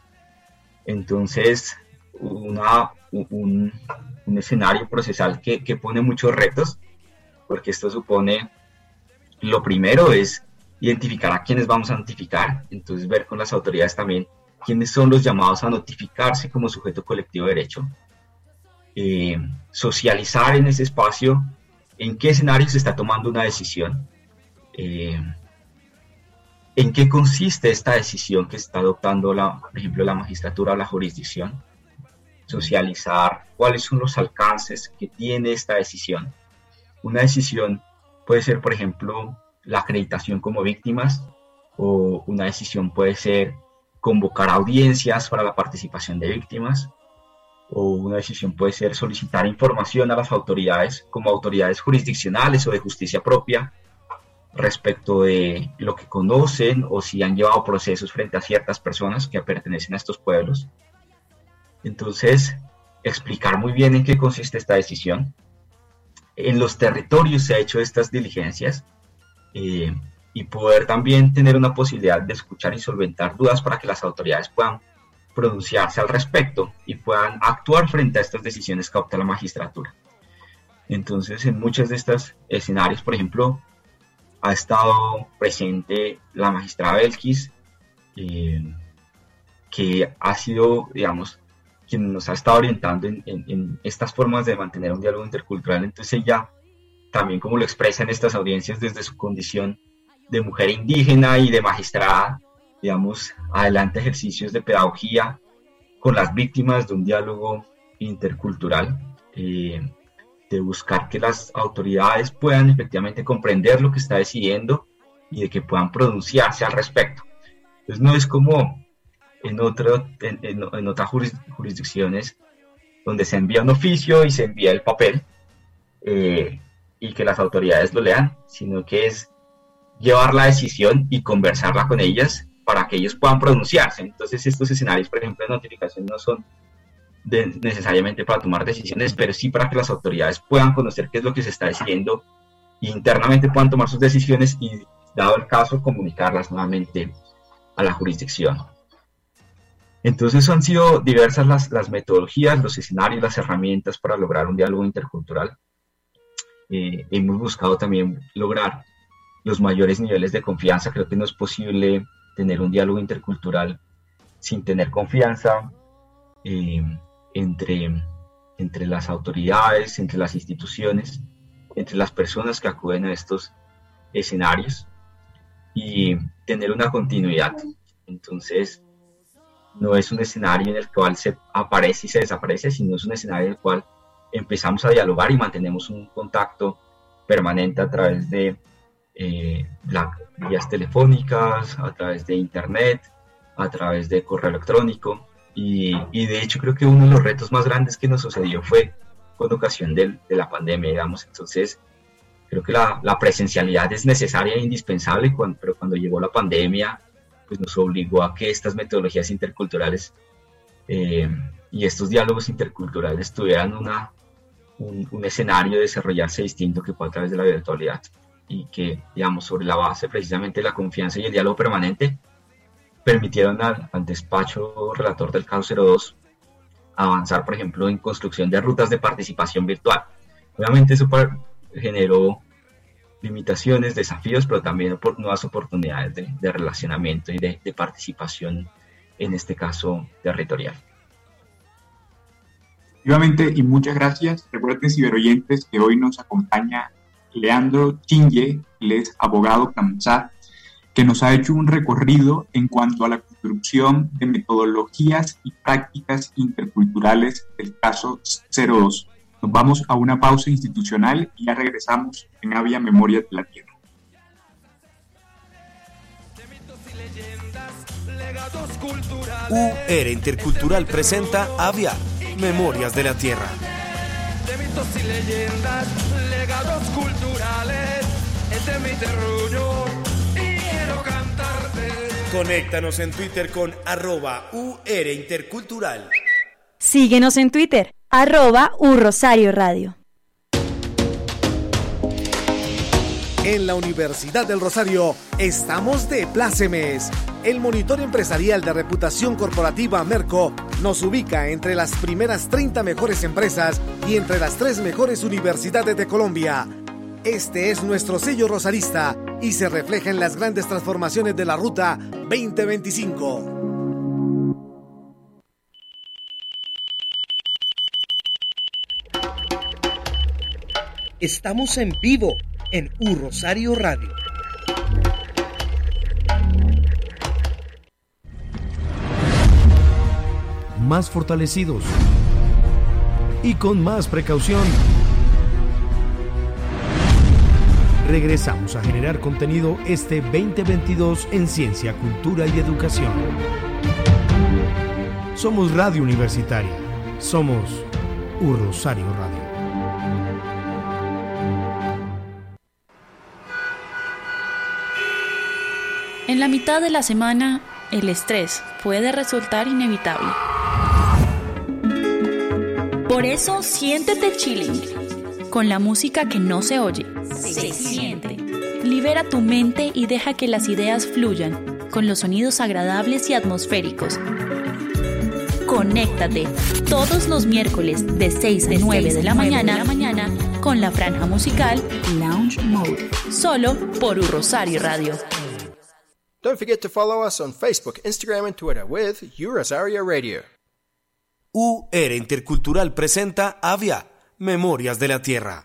Entonces, una, un, un escenario procesal que, que pone muchos retos, porque esto supone, lo primero es identificar a quiénes vamos a notificar, entonces ver con las autoridades también quiénes son los llamados a notificarse como sujeto colectivo de derecho, eh, socializar en ese espacio en qué escenario se está tomando una decisión, eh, en qué consiste esta decisión que está adoptando, la, por ejemplo, la magistratura o la jurisdicción, socializar cuáles son los alcances que tiene esta decisión. Una decisión puede ser, por ejemplo, la acreditación como víctimas, o una decisión puede ser convocar audiencias para la participación de víctimas, o una decisión puede ser solicitar información a las autoridades como autoridades jurisdiccionales o de justicia propia respecto de lo que conocen o si han llevado procesos frente a ciertas personas que pertenecen a estos pueblos. Entonces, explicar muy bien en qué consiste esta decisión. En los territorios se ha hecho estas diligencias eh, y poder también tener una posibilidad de escuchar y solventar dudas para que las autoridades puedan pronunciarse al respecto y puedan actuar frente a estas decisiones que adopta la magistratura. Entonces, en muchos de estos escenarios, por ejemplo, ha estado presente la magistrada Belkis, eh, que ha sido, digamos, quien nos ha estado orientando en, en, en estas formas de mantener un diálogo intercultural. Entonces ella también, como lo expresa en estas audiencias, desde su condición de mujer indígena y de magistrada, digamos, adelante ejercicios de pedagogía con las víctimas de un diálogo intercultural, eh, de buscar que las autoridades puedan efectivamente comprender lo que está decidiendo y de que puedan pronunciarse al respecto. Entonces no es como en, otro, en, en, en otras jurisdicciones donde se envía un oficio y se envía el papel eh, y que las autoridades lo lean, sino que es llevar la decisión y conversarla con ellas para que ellos puedan pronunciarse. Entonces estos escenarios, por ejemplo, de notificación no son de, necesariamente para tomar decisiones, pero sí para que las autoridades puedan conocer qué es lo que se está decidiendo e internamente puedan tomar sus decisiones y, dado el caso, comunicarlas nuevamente a la jurisdicción. Entonces han sido diversas las, las metodologías, los escenarios, las herramientas para lograr un diálogo intercultural. Eh, hemos buscado también lograr los mayores niveles de confianza. Creo que no es posible tener un diálogo intercultural sin tener confianza eh, entre, entre las autoridades, entre las instituciones, entre las personas que acuden a estos escenarios y tener una continuidad. Entonces, no es un escenario en el cual se aparece y se desaparece, sino es un escenario en el cual empezamos a dialogar y mantenemos un contacto permanente a través de eh, las vías telefónicas, a través de internet, a través de correo electrónico, y, y de hecho creo que uno de los retos más grandes que nos sucedió fue con ocasión de, de la pandemia, digamos. Entonces creo que la, la presencialidad es necesaria e indispensable, cuando, pero cuando llegó la pandemia, pues nos obligó a que estas metodologías interculturales eh, y estos diálogos interculturales tuvieran una, un, un escenario de desarrollarse distinto que fue a través de la virtualidad, y que, digamos, sobre la base precisamente de la confianza y el diálogo permanente, permitieron al, al despacho relator del caso cero dos avanzar, por ejemplo, en construcción de rutas de participación virtual. Obviamente eso para, generó limitaciones, desafíos, pero también por, nuevas oportunidades de, de relacionamiento y de, de participación, en este caso territorial. Efectivamente, y muchas gracias. Recuerden, ciberoyentes, que hoy nos acompaña Leandro Chingue, él es abogado CAMSA, que nos ha hecho un recorrido en cuanto a la construcción de metodologías y prácticas interculturales del caso cero dos. Nos vamos a una pausa institucional y ya regresamos en Avia Memorias de la Tierra. U R Intercultural presenta Avia Memorias de la Tierra. De mitos y leyendas, legados culturales, este es mi terruño y quiero cantarte. Conéctanos en Twitter con arroba U R Intercultural. Síguenos en Twitter, arroba U Rosario Radio. En la Universidad del Rosario estamos de plácemes. El monitor empresarial de reputación corporativa Merco nos ubica entre las primeras treinta mejores empresas y entre las tres mejores universidades de Colombia. Este es nuestro sello rosarista y se refleja en las grandes transformaciones de la Ruta veinte veinticinco. Estamos en vivo en U Rosario Radio. Más fortalecidos y con más precaución, regresamos a generar contenido este veinte veintidós en Ciencia, Cultura y Educación. Somos Radio Universitaria. Somos U Rosario Radio. En la mitad de la semana, el estrés puede resultar inevitable. Por eso, siéntete chilling, con la música que no se oye, se siente. Libera tu mente y deja que las ideas fluyan, con los sonidos agradables y atmosféricos. Conéctate todos los miércoles de seis a nueve de la mañana con la franja musical Lounge Mode, solo por U Rosario Radio. Don't forget to follow us on Facebook, Instagram, and Twitter with U Rosario Radio. U R Intercultural presenta Avia Memorias de la Tierra.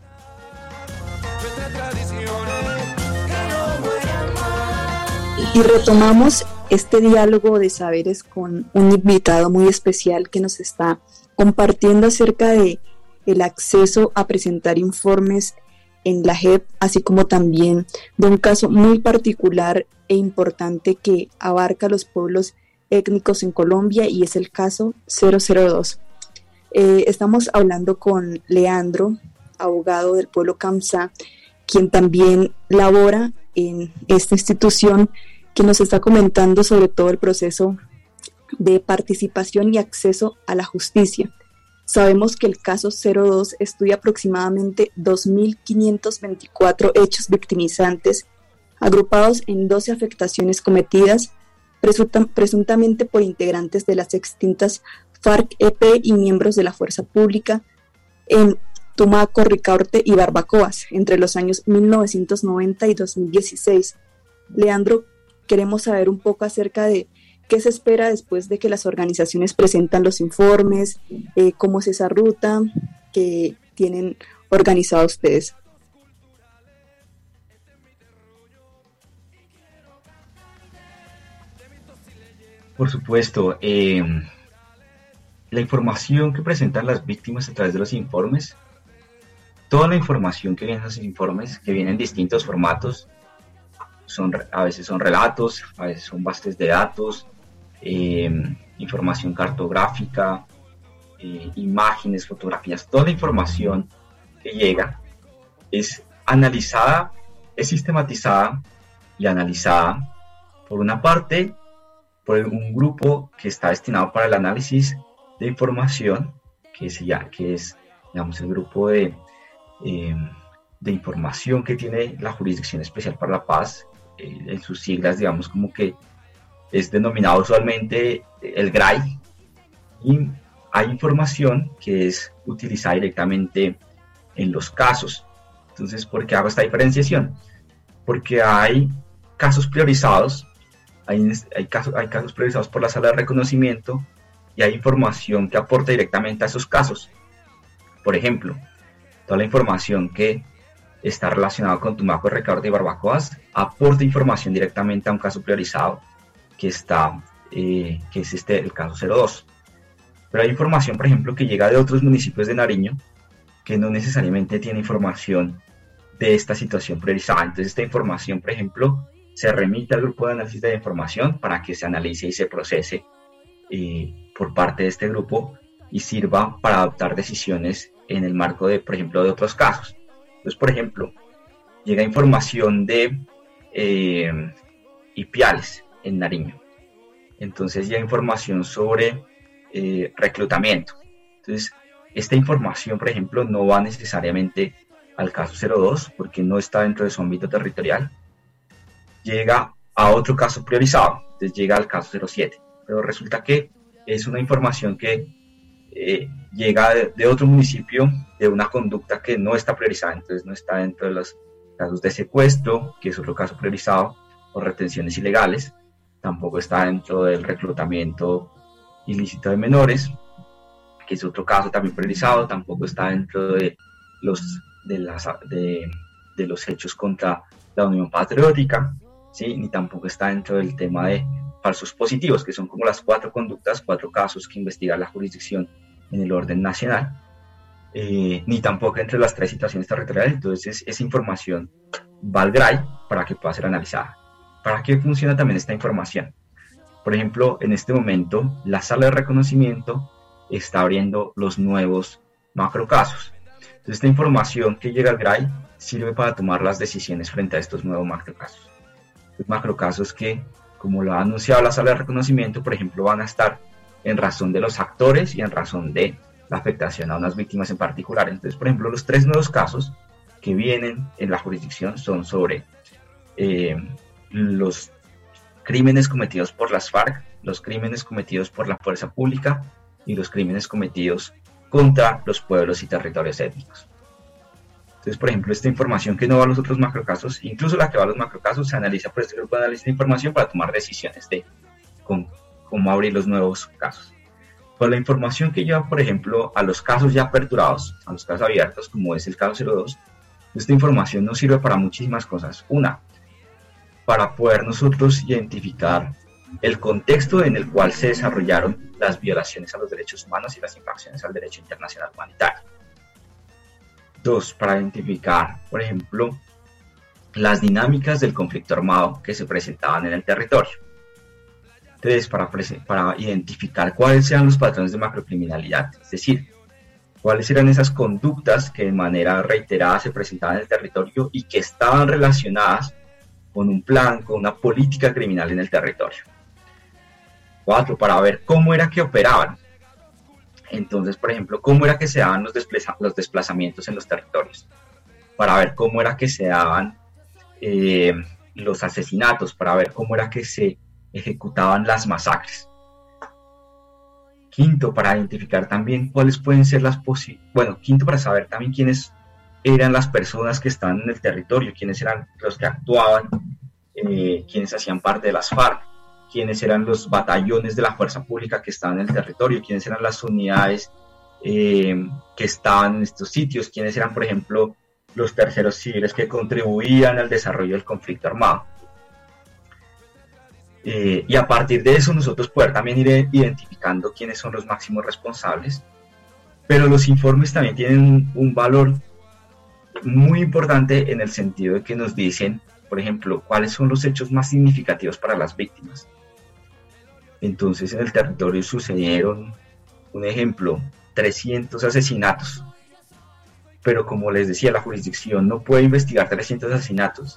Y retomamos este diálogo de saberes con un invitado muy especial que nos está compartiendo acerca de el acceso a presentar informes en la J E P, así como también de un caso muy particular e importante que abarca los pueblos étnicos en Colombia, y es el caso cero cero dos. Eh, estamos hablando con Leandro, abogado del pueblo CAMSA, quien también labora en esta institución, que nos está comentando sobre todo el proceso de participación y acceso a la justicia. Sabemos que el caso cero dos estudia aproximadamente dos mil quinientos veinticuatro hechos victimizantes, agrupados en doce afectaciones cometidas presunta, presuntamente por integrantes de las extintas FARC-E P y miembros de la fuerza pública en Tumaco, Ricaurte y Barbacoas entre los años mil novecientos noventa y dos mil dieciséis. Leandro, queremos saber un poco acerca de qué se espera después de que las organizaciones presentan los informes, eh, cómo es esa ruta que tienen organizada ustedes. Por supuesto, eh, la información que presentan las víctimas a través de los informes, toda la información que viene en los informes, que viene en distintos formatos, son, a veces son relatos, a veces son bases de datos, eh, información cartográfica, eh, imágenes, fotografías, toda la información que llega es analizada, es sistematizada y analizada por una parte por un grupo que está destinado para el análisis de información, que es, ya, que es digamos, el grupo de, eh, de información que tiene la Jurisdicción Especial para la Paz, eh, en sus siglas, digamos, como que es denominado usualmente el G R A I, y hay información que es utilizada directamente en los casos. Entonces, ¿por qué hago esta diferenciación? Porque hay casos priorizados, hay, hay, casos, hay casos priorizados por la sala de reconocimiento y hay información que aporta directamente a esos casos. Por ejemplo, toda la información que está relacionada con Tumaco, Ricaurte y Barbacoas aporta información directamente a un caso priorizado que, está, eh, que es este, el caso cero dos. Pero hay información, por ejemplo, que llega de otros municipios de Nariño que no necesariamente tiene información de esta situación priorizada. Entonces, esta información, por ejemplo, se remite al grupo de análisis de información para que se analice y se procese eh, por parte de este grupo y sirva para adoptar decisiones en el marco de, por ejemplo, de otros casos. Entonces, por ejemplo, llega información de eh, Ipiales en Nariño. Entonces, llega información sobre eh, reclutamiento. Entonces, esta información, por ejemplo, no va necesariamente al caso cero dos porque no está dentro de su ámbito territorial. Llega a otro caso priorizado, entonces llega al caso cero siete. Pero resulta que es una información que eh, llega de, de otro municipio, de una conducta que no está priorizada, entonces no está dentro de los casos de secuestro, que es otro caso priorizado, o retenciones ilegales, tampoco está dentro del reclutamiento ilícito de menores, que es otro caso también priorizado, tampoco está dentro de los, de las, de, de los hechos contra la Unión Patriótica, ¿sí? Ni tampoco está dentro del tema de falsos positivos, que son como las cuatro conductas, cuatro casos que investiga la jurisdicción en el orden nacional, eh, ni tampoco entre las tres situaciones territoriales. Entonces esa información va al G R A I para que pueda ser analizada. ¿Para qué funciona también esta información? Por ejemplo, en este momento la sala de reconocimiento está abriendo los nuevos macrocasos. Entonces esta información que llega al G R A I sirve para tomar las decisiones frente a estos nuevos macrocasos. Los macrocasos que, como lo ha anunciado la sala de reconocimiento, por ejemplo, van a estar en razón de los actores y en razón de la afectación a unas víctimas en particular. Entonces, por ejemplo, los tres nuevos casos que vienen en la jurisdicción son sobre eh, los crímenes cometidos por las FARC, los crímenes cometidos por la fuerza pública y los crímenes cometidos contra los pueblos y territorios étnicos. Entonces, por ejemplo, esta información que no va a los otros macrocasos, incluso la que va a los macrocasos, se analiza por este grupo de análisis de información para tomar decisiones de cómo, cómo abrir los nuevos casos. Por la información que lleva, por ejemplo, a los casos ya aperturados, a los casos abiertos, como es el caso cero dos, esta información nos sirve para muchísimas cosas. Una, para poder nosotros identificar el contexto en el cual se desarrollaron las violaciones a los derechos humanos y las infracciones al derecho internacional humanitario. Dos, para identificar, por ejemplo, las dinámicas del conflicto armado que se presentaban en el territorio. Tres, para, para identificar cuáles eran los patrones de macrocriminalidad, es decir, cuáles eran esas conductas que de manera reiterada se presentaban en el territorio y que estaban relacionadas con un plan, con una política criminal en el territorio. Cuatro, para ver cómo era que operaban. Entonces, por ejemplo, cómo era que se daban los, desplaza- los desplazamientos en los territorios, para ver cómo era que se daban eh, los asesinatos, para ver cómo era que se ejecutaban las masacres. Quinto, para identificar también cuáles pueden ser las posibilidades, bueno, quinto, para saber también quiénes eran las personas que estaban en el territorio, quiénes eran los que actuaban, eh, quiénes hacían parte de las FARC, quiénes eran los batallones de la fuerza pública que estaban en el territorio, quiénes eran las unidades eh, que estaban en estos sitios, quiénes eran, por ejemplo, los terceros civiles que contribuían al desarrollo del conflicto armado. Eh, y a partir de eso nosotros poder también ir identificando quiénes son los máximos responsables. Pero los informes también tienen un, un valor muy importante en el sentido de que nos dicen, por ejemplo, cuáles son los hechos más significativos para las víctimas. Entonces en el territorio sucedieron, un ejemplo, trescientos asesinatos. Pero como les decía, la jurisdicción no puede investigar trescientos asesinatos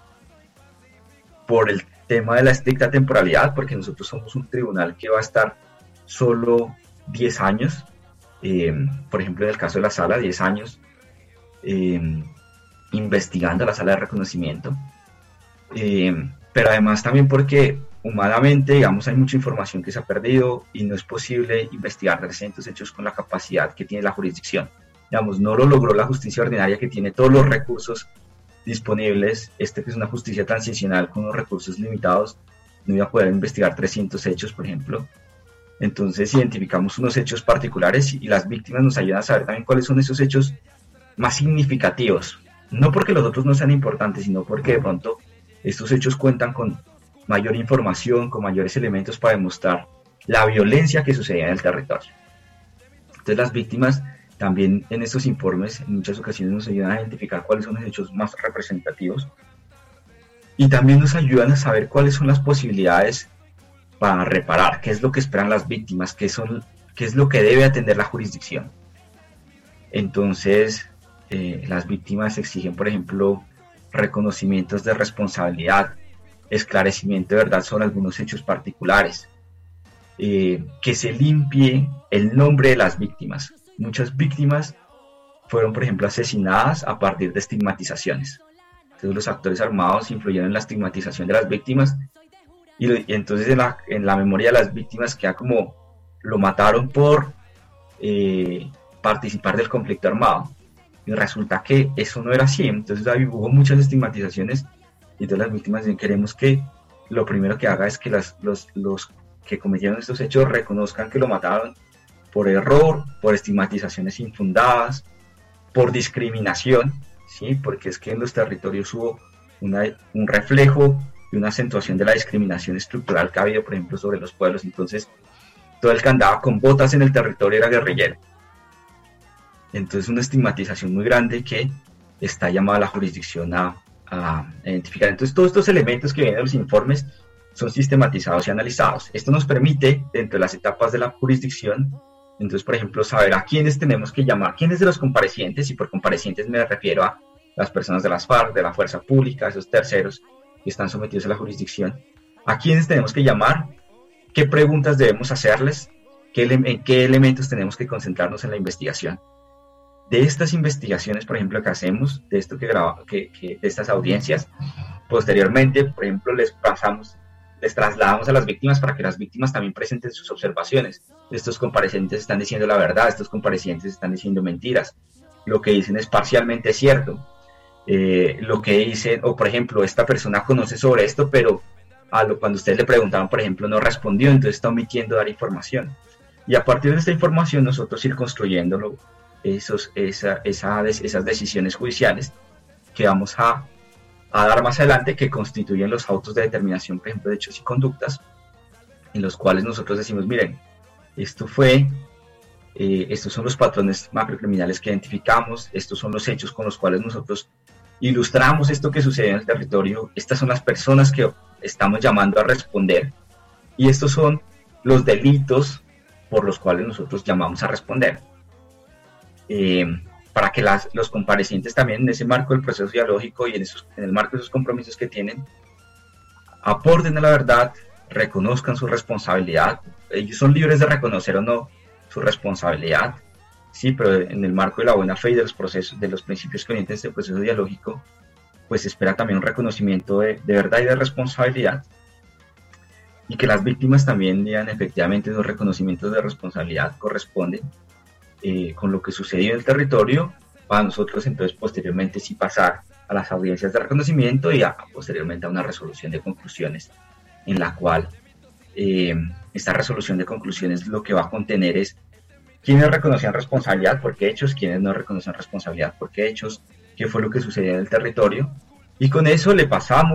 por el tema de la estricta temporalidad, porque nosotros somos un tribunal que va a estar solo diez años, eh, por ejemplo en el caso de la sala, diez años eh, investigando la sala de reconocimiento, eh, pero además también porque humanamente, digamos, hay mucha información que se ha perdido y no es posible investigar trescientos hechos con la capacidad que tiene la jurisdicción. Digamos, no lo logró la justicia ordinaria, que tiene todos los recursos disponibles. Este que es una justicia transicional con unos recursos limitados, no iba a poder investigar trescientos hechos, por ejemplo. Entonces identificamos unos hechos particulares y las víctimas nos ayudan a saber también cuáles son esos hechos más significativos. No porque los otros no sean importantes, sino porque de pronto estos hechos cuentan con mayor información, con mayores elementos para demostrar la violencia que sucedía en el territorio. Entonces las víctimas también en estos informes en muchas ocasiones nos ayudan a identificar cuáles son los hechos más representativos y también nos ayudan a saber cuáles son las posibilidades para reparar, qué es lo que esperan las víctimas, qué, son, qué es lo que debe atender la jurisdicción. Entonces eh, las víctimas exigen, por ejemplo, reconocimientos de responsabilidad, esclarecimiento de verdad sobre algunos hechos particulares, eh, que se limpie el nombre de las víctimas. Muchas víctimas fueron, por ejemplo, asesinadas a partir de estigmatizaciones. Entonces los actores armados influyeron en la estigmatización de las víctimas y, lo, y entonces en la, en la memoria de las víctimas queda como lo mataron por eh, participar del conflicto armado. Y resulta que eso no era así. Entonces hubo muchas estigmatizaciones y entonces las víctimas dicen, queremos que lo primero que haga es que las, los, los que cometieron estos hechos reconozcan que lo mataron por error, por estigmatizaciones infundadas, por discriminación, ¿sí? Porque es que en los territorios hubo una, un reflejo y una acentuación de la discriminación estructural que ha habido, por ejemplo, sobre los pueblos. Entonces, todo el que andaba con botas en el territorio era guerrillero. Entonces, una estigmatización muy grande que está llamada a la jurisdicción a, a identificar. Entonces, todos estos elementos que vienen en los informes son sistematizados y analizados. Esto nos permite, dentro de las etapas de la jurisdicción, entonces, por ejemplo, saber a quiénes tenemos que llamar, quiénes de los comparecientes, y por comparecientes me refiero a las personas de las FARC, de la fuerza pública, esos terceros que están sometidos a la jurisdicción, a quiénes tenemos que llamar, qué preguntas debemos hacerles, qué ele- en qué elementos tenemos que concentrarnos en la investigación. De estas investigaciones, por ejemplo, que hacemos, de esto que graba, que, que de estas audiencias, posteriormente, por ejemplo, les pasamos, les trasladamos a las víctimas para que las víctimas también presenten sus observaciones. Estos comparecientes están diciendo la verdad, estos comparecientes están diciendo mentiras, lo que dicen es parcialmente cierto, eh, lo que dicen, o por ejemplo, esta persona conoce sobre esto, pero a lo, cuando ustedes le preguntaban, por ejemplo, no respondió, entonces está omitiendo dar información. Y a partir de esta información nosotros ir construyéndolo, esos, esa, esa, esas decisiones judiciales que vamos a a dar más adelante, que constituyen los autos de determinación, por ejemplo, de hechos y conductas, en los cuales nosotros decimos, miren, esto fue, eh, estos son los patrones macrocriminales que identificamos, estos son los hechos con los cuales nosotros ilustramos esto que sucede en el territorio, estas son las personas que estamos llamando a responder, y estos son los delitos por los cuales nosotros llamamos a responder. Eh, para que las, los comparecientes también en ese marco del proceso dialógico y en, esos, en el marco de esos compromisos que tienen, aporten a la verdad, reconozcan su responsabilidad. Ellos son libres de reconocer o no su responsabilidad, sí, pero en el marco de la buena fe y de los procesos, de los principios que orientan este proceso dialógico, pues se espera también un reconocimiento de, de verdad y de responsabilidad, y que las víctimas también digan efectivamente los reconocimientos de responsabilidad corresponden Eh, con lo que sucedió en el territorio, para nosotros entonces posteriormente sí pasar a las audiencias de reconocimiento y a, posteriormente a una resolución de conclusiones, en la cual eh, esta resolución de conclusiones lo que va a contener es quiénes reconocían responsabilidad, por qué hechos, quiénes no reconocían responsabilidad, por qué hechos, qué fue lo que sucedió en el territorio, y con eso le pasamos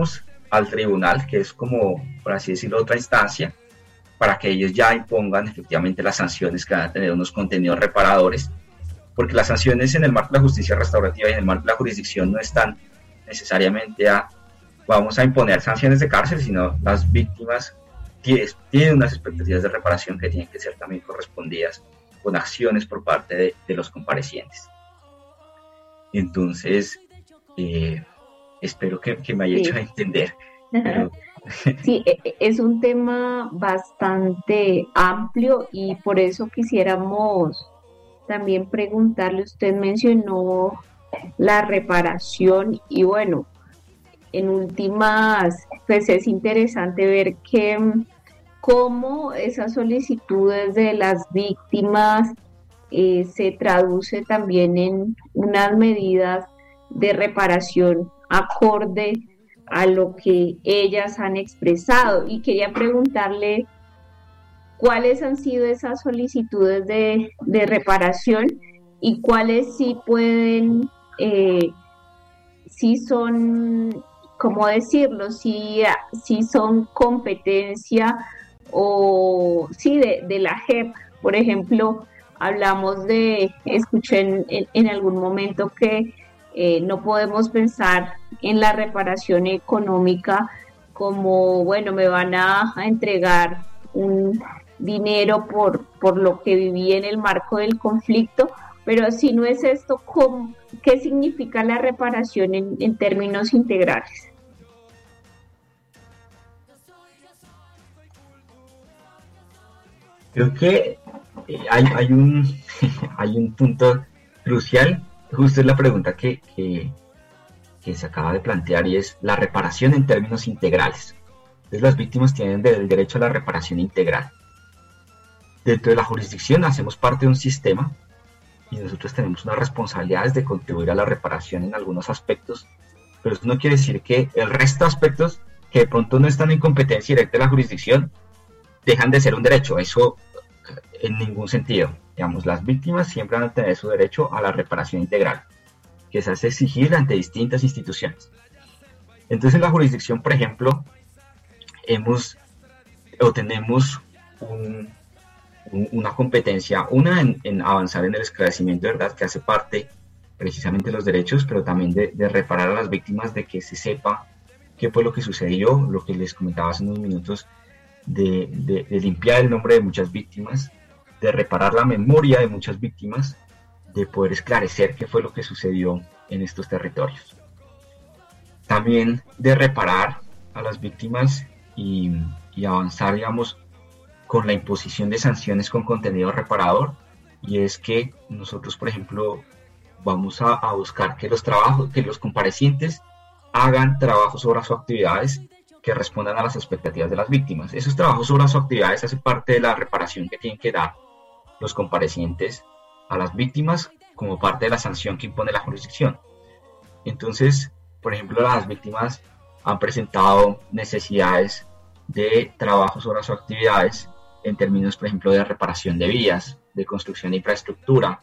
al tribunal, que es como, por así decirlo, otra instancia, para que ellos ya impongan efectivamente las sanciones que van a tener unos contenidos reparadores, porque las sanciones en el marco de la justicia restaurativa y en el marco de la jurisdicción no están necesariamente a, vamos a imponer sanciones de cárcel, sino las víctimas tienen unas expectativas de reparación que tienen que ser también correspondidas con acciones por parte de, de los comparecientes. Entonces, eh, espero que, que me haya Sí. hecho entender. Pero, Sí, e- es un tema bastante amplio y por eso quisiéramos también preguntarle, usted mencionó la reparación y bueno, en últimas, pues es interesante ver que mm, cómo esas solicitudes de las víctimas eh, se traduce también en unas medidas de reparación acorde a lo que ellas han expresado. Y quería preguntarle cuáles han sido esas solicitudes de, de reparación y cuáles sí pueden, eh, sí son, ¿cómo decirlo? Sí, sí son competencia o sí de, de la J E P. Por ejemplo, hablamos de, escuché en, en, en algún momento que eh, no podemos pensar en la reparación económica como, bueno, me van a, a entregar un dinero por, por lo que viví en el marco del conflicto, pero si no es esto, ¿cómo, ¿qué significa la reparación en, en términos integrales? Creo que eh, hay, hay, un, hay un punto crucial, justo es la pregunta que, que, que se acaba de plantear, y es la reparación en términos integrales. Entonces las víctimas tienen el derecho a la reparación integral. Dentro de la jurisdicción hacemos parte de un sistema y nosotros tenemos unas responsabilidades de contribuir a la reparación en algunos aspectos, pero eso no quiere decir que el resto de aspectos que de pronto no están en competencia directa de la jurisdicción dejan de ser un derecho. Eso en ningún sentido. Digamos, las víctimas siempre van a tener su derecho a la reparación integral, que se hace exigir ante distintas instituciones. Entonces en la jurisdicción, por ejemplo, hemos o tenemos un, un, una competencia, una en, en avanzar en el esclarecimiento de verdad, que hace parte precisamente de los derechos, pero también de, de reparar a las víctimas, de que se sepa qué fue lo que sucedió, lo que les comentaba hace unos minutos, de, de, de limpiar el nombre de muchas víctimas, de reparar la memoria de muchas víctimas, de poder esclarecer qué fue lo que sucedió en estos territorios. También de reparar a las víctimas y, y avanzar, digamos, con la imposición de sanciones con contenido reparador, y es que nosotros, por ejemplo, vamos a, a buscar que los trabajos, que los comparecientes hagan trabajos, obras o actividades que respondan a las expectativas de las víctimas. Esos trabajos, obras o actividades hacen parte de la reparación que tienen que dar los comparecientes a las víctimas como parte de la sanción que impone la jurisdicción. Entonces, por ejemplo, las víctimas han presentado necesidades de trabajos, obras o actividades en términos, por ejemplo, de reparación de vías, de construcción de infraestructura,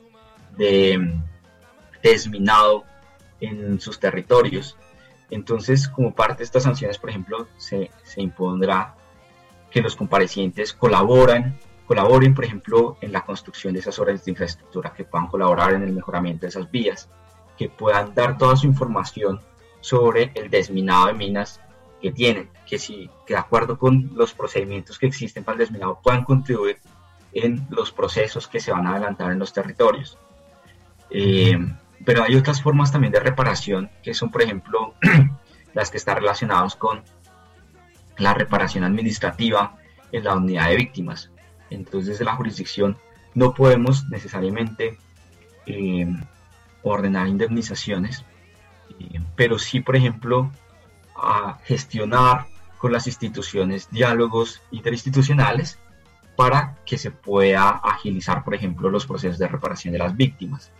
de desminado en sus territorios. Entonces, como parte de estas sanciones, por ejemplo, se, se impondrá que los comparecientes colaboran, colaboren, por ejemplo, en la construcción de esas obras de infraestructura, que puedan colaborar en el mejoramiento de esas vías, que puedan dar toda su información sobre el desminado de minas que tienen, que si que de acuerdo con los procedimientos que existen para el desminado puedan contribuir en los procesos que se van a adelantar en los territorios. Eh, pero hay otras formas también de reparación, que son, por ejemplo, las que están relacionadas con la reparación administrativa en la unidad de víctimas. Entonces, desde la jurisdicción no podemos necesariamente eh, ordenar indemnizaciones, eh, pero sí, por ejemplo, a gestionar con las instituciones diálogos interinstitucionales para que se pueda agilizar, por ejemplo, los procesos de reparación de las víctimas.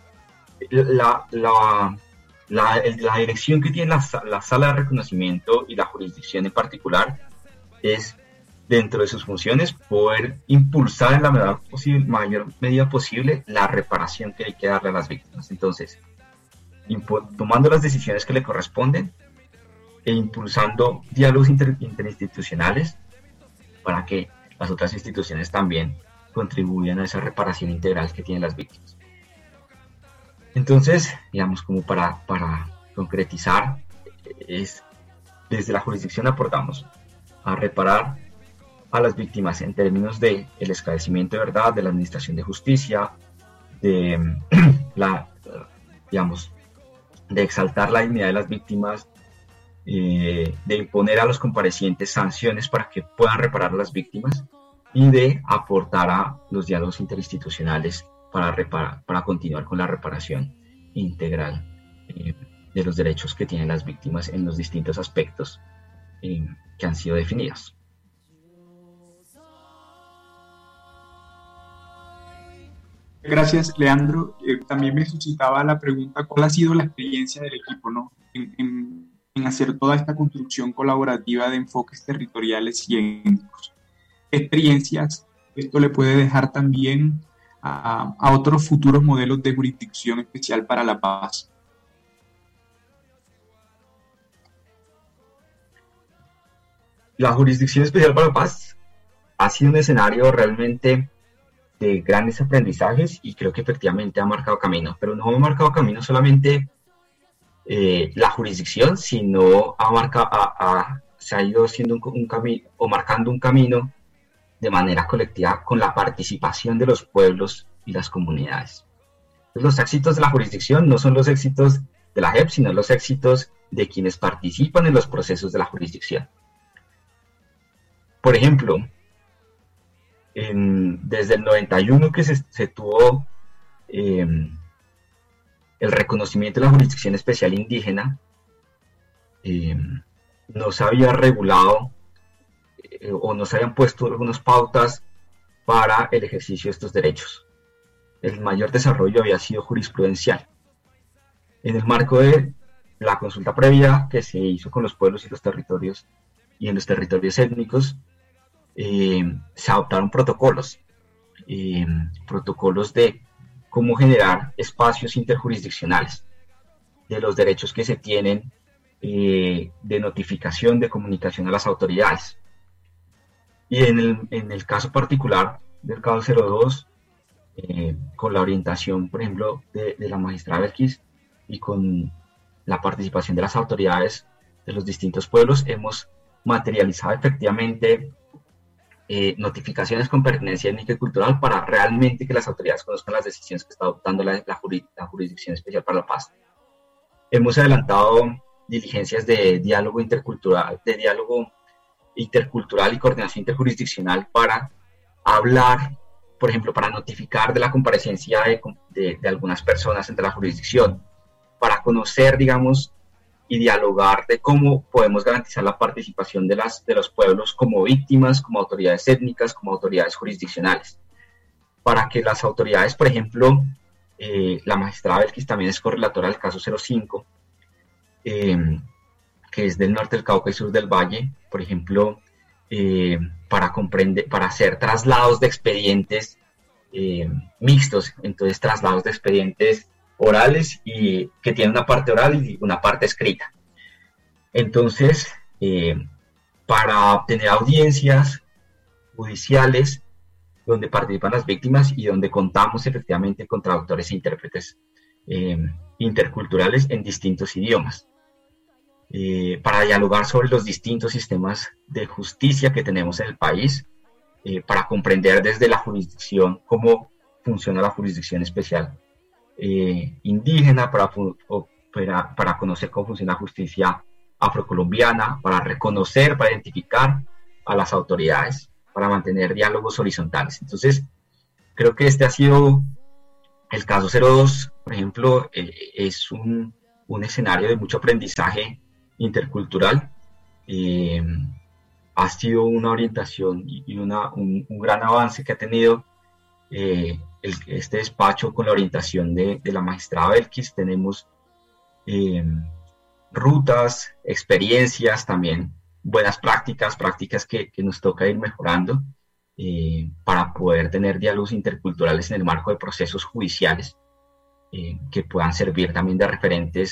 La, la, la, la dirección que tiene la, la sala de reconocimiento y la jurisdicción en particular es, dentro de sus funciones, poder impulsar en la mayor, posible, mayor medida posible la reparación que hay que darle a las víctimas. Entonces, tomando las decisiones que le corresponden, e impulsando diálogos inter, interinstitucionales para que las otras instituciones también contribuyan a esa reparación integral que tienen las víctimas. Entonces, digamos, como para, para concretizar, es, desde la jurisdicción aportamos a reparar a las víctimas en términos de el esclarecimiento de verdad, de la administración de justicia, de la, digamos, de exaltar la dignidad de las víctimas, eh, de imponer a los comparecientes sanciones para que puedan reparar a las víctimas y de aportar a los diálogos interinstitucionales para, reparar, para continuar con la reparación integral eh, de los derechos que tienen las víctimas en los distintos aspectos eh, que han sido definidos. Gracias, Leandro. Eh, también me suscitaba la pregunta, ¿cuál ha sido la experiencia del equipo, ¿no? en, en, en hacer toda esta construcción colaborativa de enfoques territoriales y étnicos? ¿Qué experiencias esto le puede dejar también a, a otros futuros modelos de jurisdicción especial para la paz? La Jurisdicción Especial para la Paz ha sido un escenario realmente de grandes aprendizajes y creo que efectivamente ha marcado camino, pero no ha marcado camino solamente eh, la jurisdicción, sino ha marcado, a, a, se ha ido haciendo un, un camino o marcando un camino de manera colectiva con la participación de los pueblos y las comunidades. Entonces, los éxitos de la jurisdicción no son los éxitos de la J E P, sino los éxitos de quienes participan en los procesos de la jurisdicción. Por ejemplo, en, desde el noventa y uno que se, se tuvo eh, el reconocimiento de la Jurisdicción Especial Indígena, eh, no se había regulado eh, o no se habían puesto algunas pautas para el ejercicio de estos derechos. El mayor desarrollo había sido jurisprudencial. En el marco de la consulta previa que se hizo con los pueblos y los territorios y en los territorios étnicos, eh, se adoptaron protocolos, eh, protocolos de cómo generar espacios interjurisdiccionales, de los derechos que se tienen, eh, de notificación, de comunicación a las autoridades. Y en el, en el caso particular del caso cero dos, eh, con la orientación, por ejemplo, de, de la magistrada Belkis y con la participación de las autoridades de los distintos pueblos, hemos materializado efectivamente eh, notificaciones con pertinencia étnica y cultural para realmente que las autoridades conozcan las decisiones que está adoptando la, la, juris, la Jurisdicción Especial para la Paz. Hemos adelantado diligencias de diálogo intercultural, de diálogo intercultural y coordinación interjurisdiccional para hablar, por ejemplo, para notificar de la comparecencia de, de, de algunas personas entre la jurisdicción, para conocer, digamos, y dialogar de cómo podemos garantizar la participación de, las, de los pueblos como víctimas, como autoridades étnicas, como autoridades jurisdiccionales. Para que las autoridades, por ejemplo, eh, la magistrada Belkis también es correlatora del caso cero cinco, eh, que es del norte del Cauca y sur del Valle, por ejemplo, eh, para, comprender, para hacer traslados de expedientes eh, mixtos, entonces traslados de expedientes orales y que tienen una parte oral y una parte escrita. Entonces, eh, para obtener audiencias judiciales donde participan las víctimas y donde contamos efectivamente con traductores e intérpretes eh, interculturales en distintos idiomas, eh, para dialogar sobre los distintos sistemas de justicia que tenemos en el país, eh, para comprender desde la jurisdicción cómo funciona la jurisdicción especial Eh, indígena, para, para, para conocer cómo funciona la justicia afrocolombiana, para reconocer, para identificar a las autoridades, para mantener diálogos horizontales. Entonces, creo que este ha sido el caso cero dos, por ejemplo, eh, es un, un escenario de mucho aprendizaje intercultural. Eh, ha sido una orientación y una, un, un gran avance que ha tenido eh, El, este despacho con la orientación de, de la magistrada Belkis. Tenemos eh, rutas, experiencias, también buenas prácticas, prácticas que, que nos toca ir mejorando eh, para poder tener diálogos interculturales en el marco de procesos judiciales eh, que puedan servir también de referentes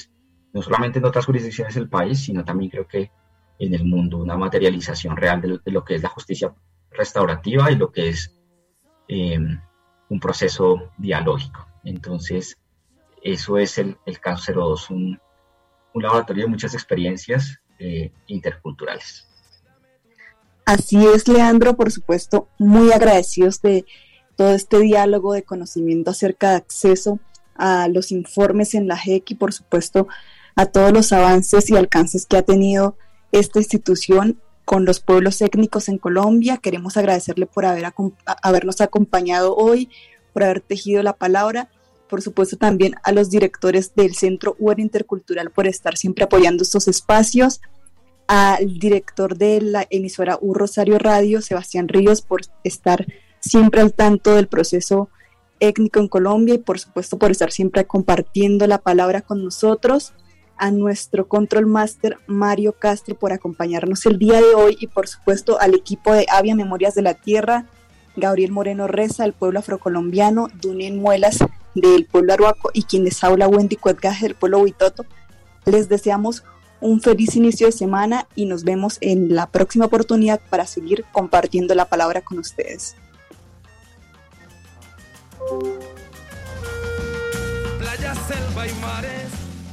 no solamente en otras jurisdicciones del país, sino también creo que en el mundo, una materialización real de lo, de lo que es la justicia restaurativa y lo que es eh, un proceso dialógico. Entonces, eso es el, el caso cero dos, un, un laboratorio de muchas experiencias eh, interculturales. Así es, Leandro, por supuesto, muy agradecidos de todo este diálogo de conocimiento acerca de acceso a los informes en la J E C y, por supuesto, a todos los avances y alcances que ha tenido esta institución con los pueblos étnicos en Colombia. Queremos agradecerle por haber, habernos acompañado hoy, por haber tejido la palabra, por supuesto también a los directores del Centro U R Intercultural por estar siempre apoyando estos espacios, al director de la emisora U Rosario Radio, Sebastián Ríos, por estar siempre al tanto del proceso étnico en Colombia y por supuesto por estar siempre compartiendo la palabra con nosotros, a nuestro Control Master Mario Castro por acompañarnos el día de hoy y por supuesto al equipo de Avia Memorias de la Tierra, Gabriel Moreno Reza del pueblo afrocolombiano, Dunén Muelas del pueblo Arhuaco y quien les habla, Wendy Cuetgaje del pueblo Huitoto. Les deseamos un feliz inicio de semana y nos vemos en la próxima oportunidad para seguir compartiendo la palabra con ustedes. Playa, selva y mares.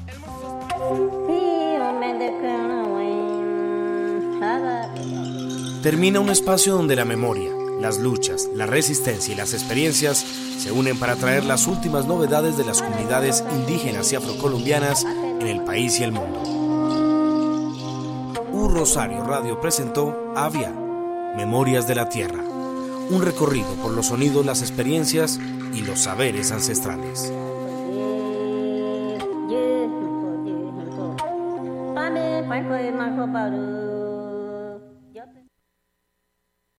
Termina un espacio donde la memoria, las luchas, la resistencia y las experiencias se unen para traer las últimas novedades de las comunidades indígenas y afrocolombianas en el país y el mundo. U Rosario Radio presentó Avia, Memorias de la Tierra, un recorrido por los sonidos, las experiencias y los saberes ancestrales. Bye, bye, bye, bye, bye.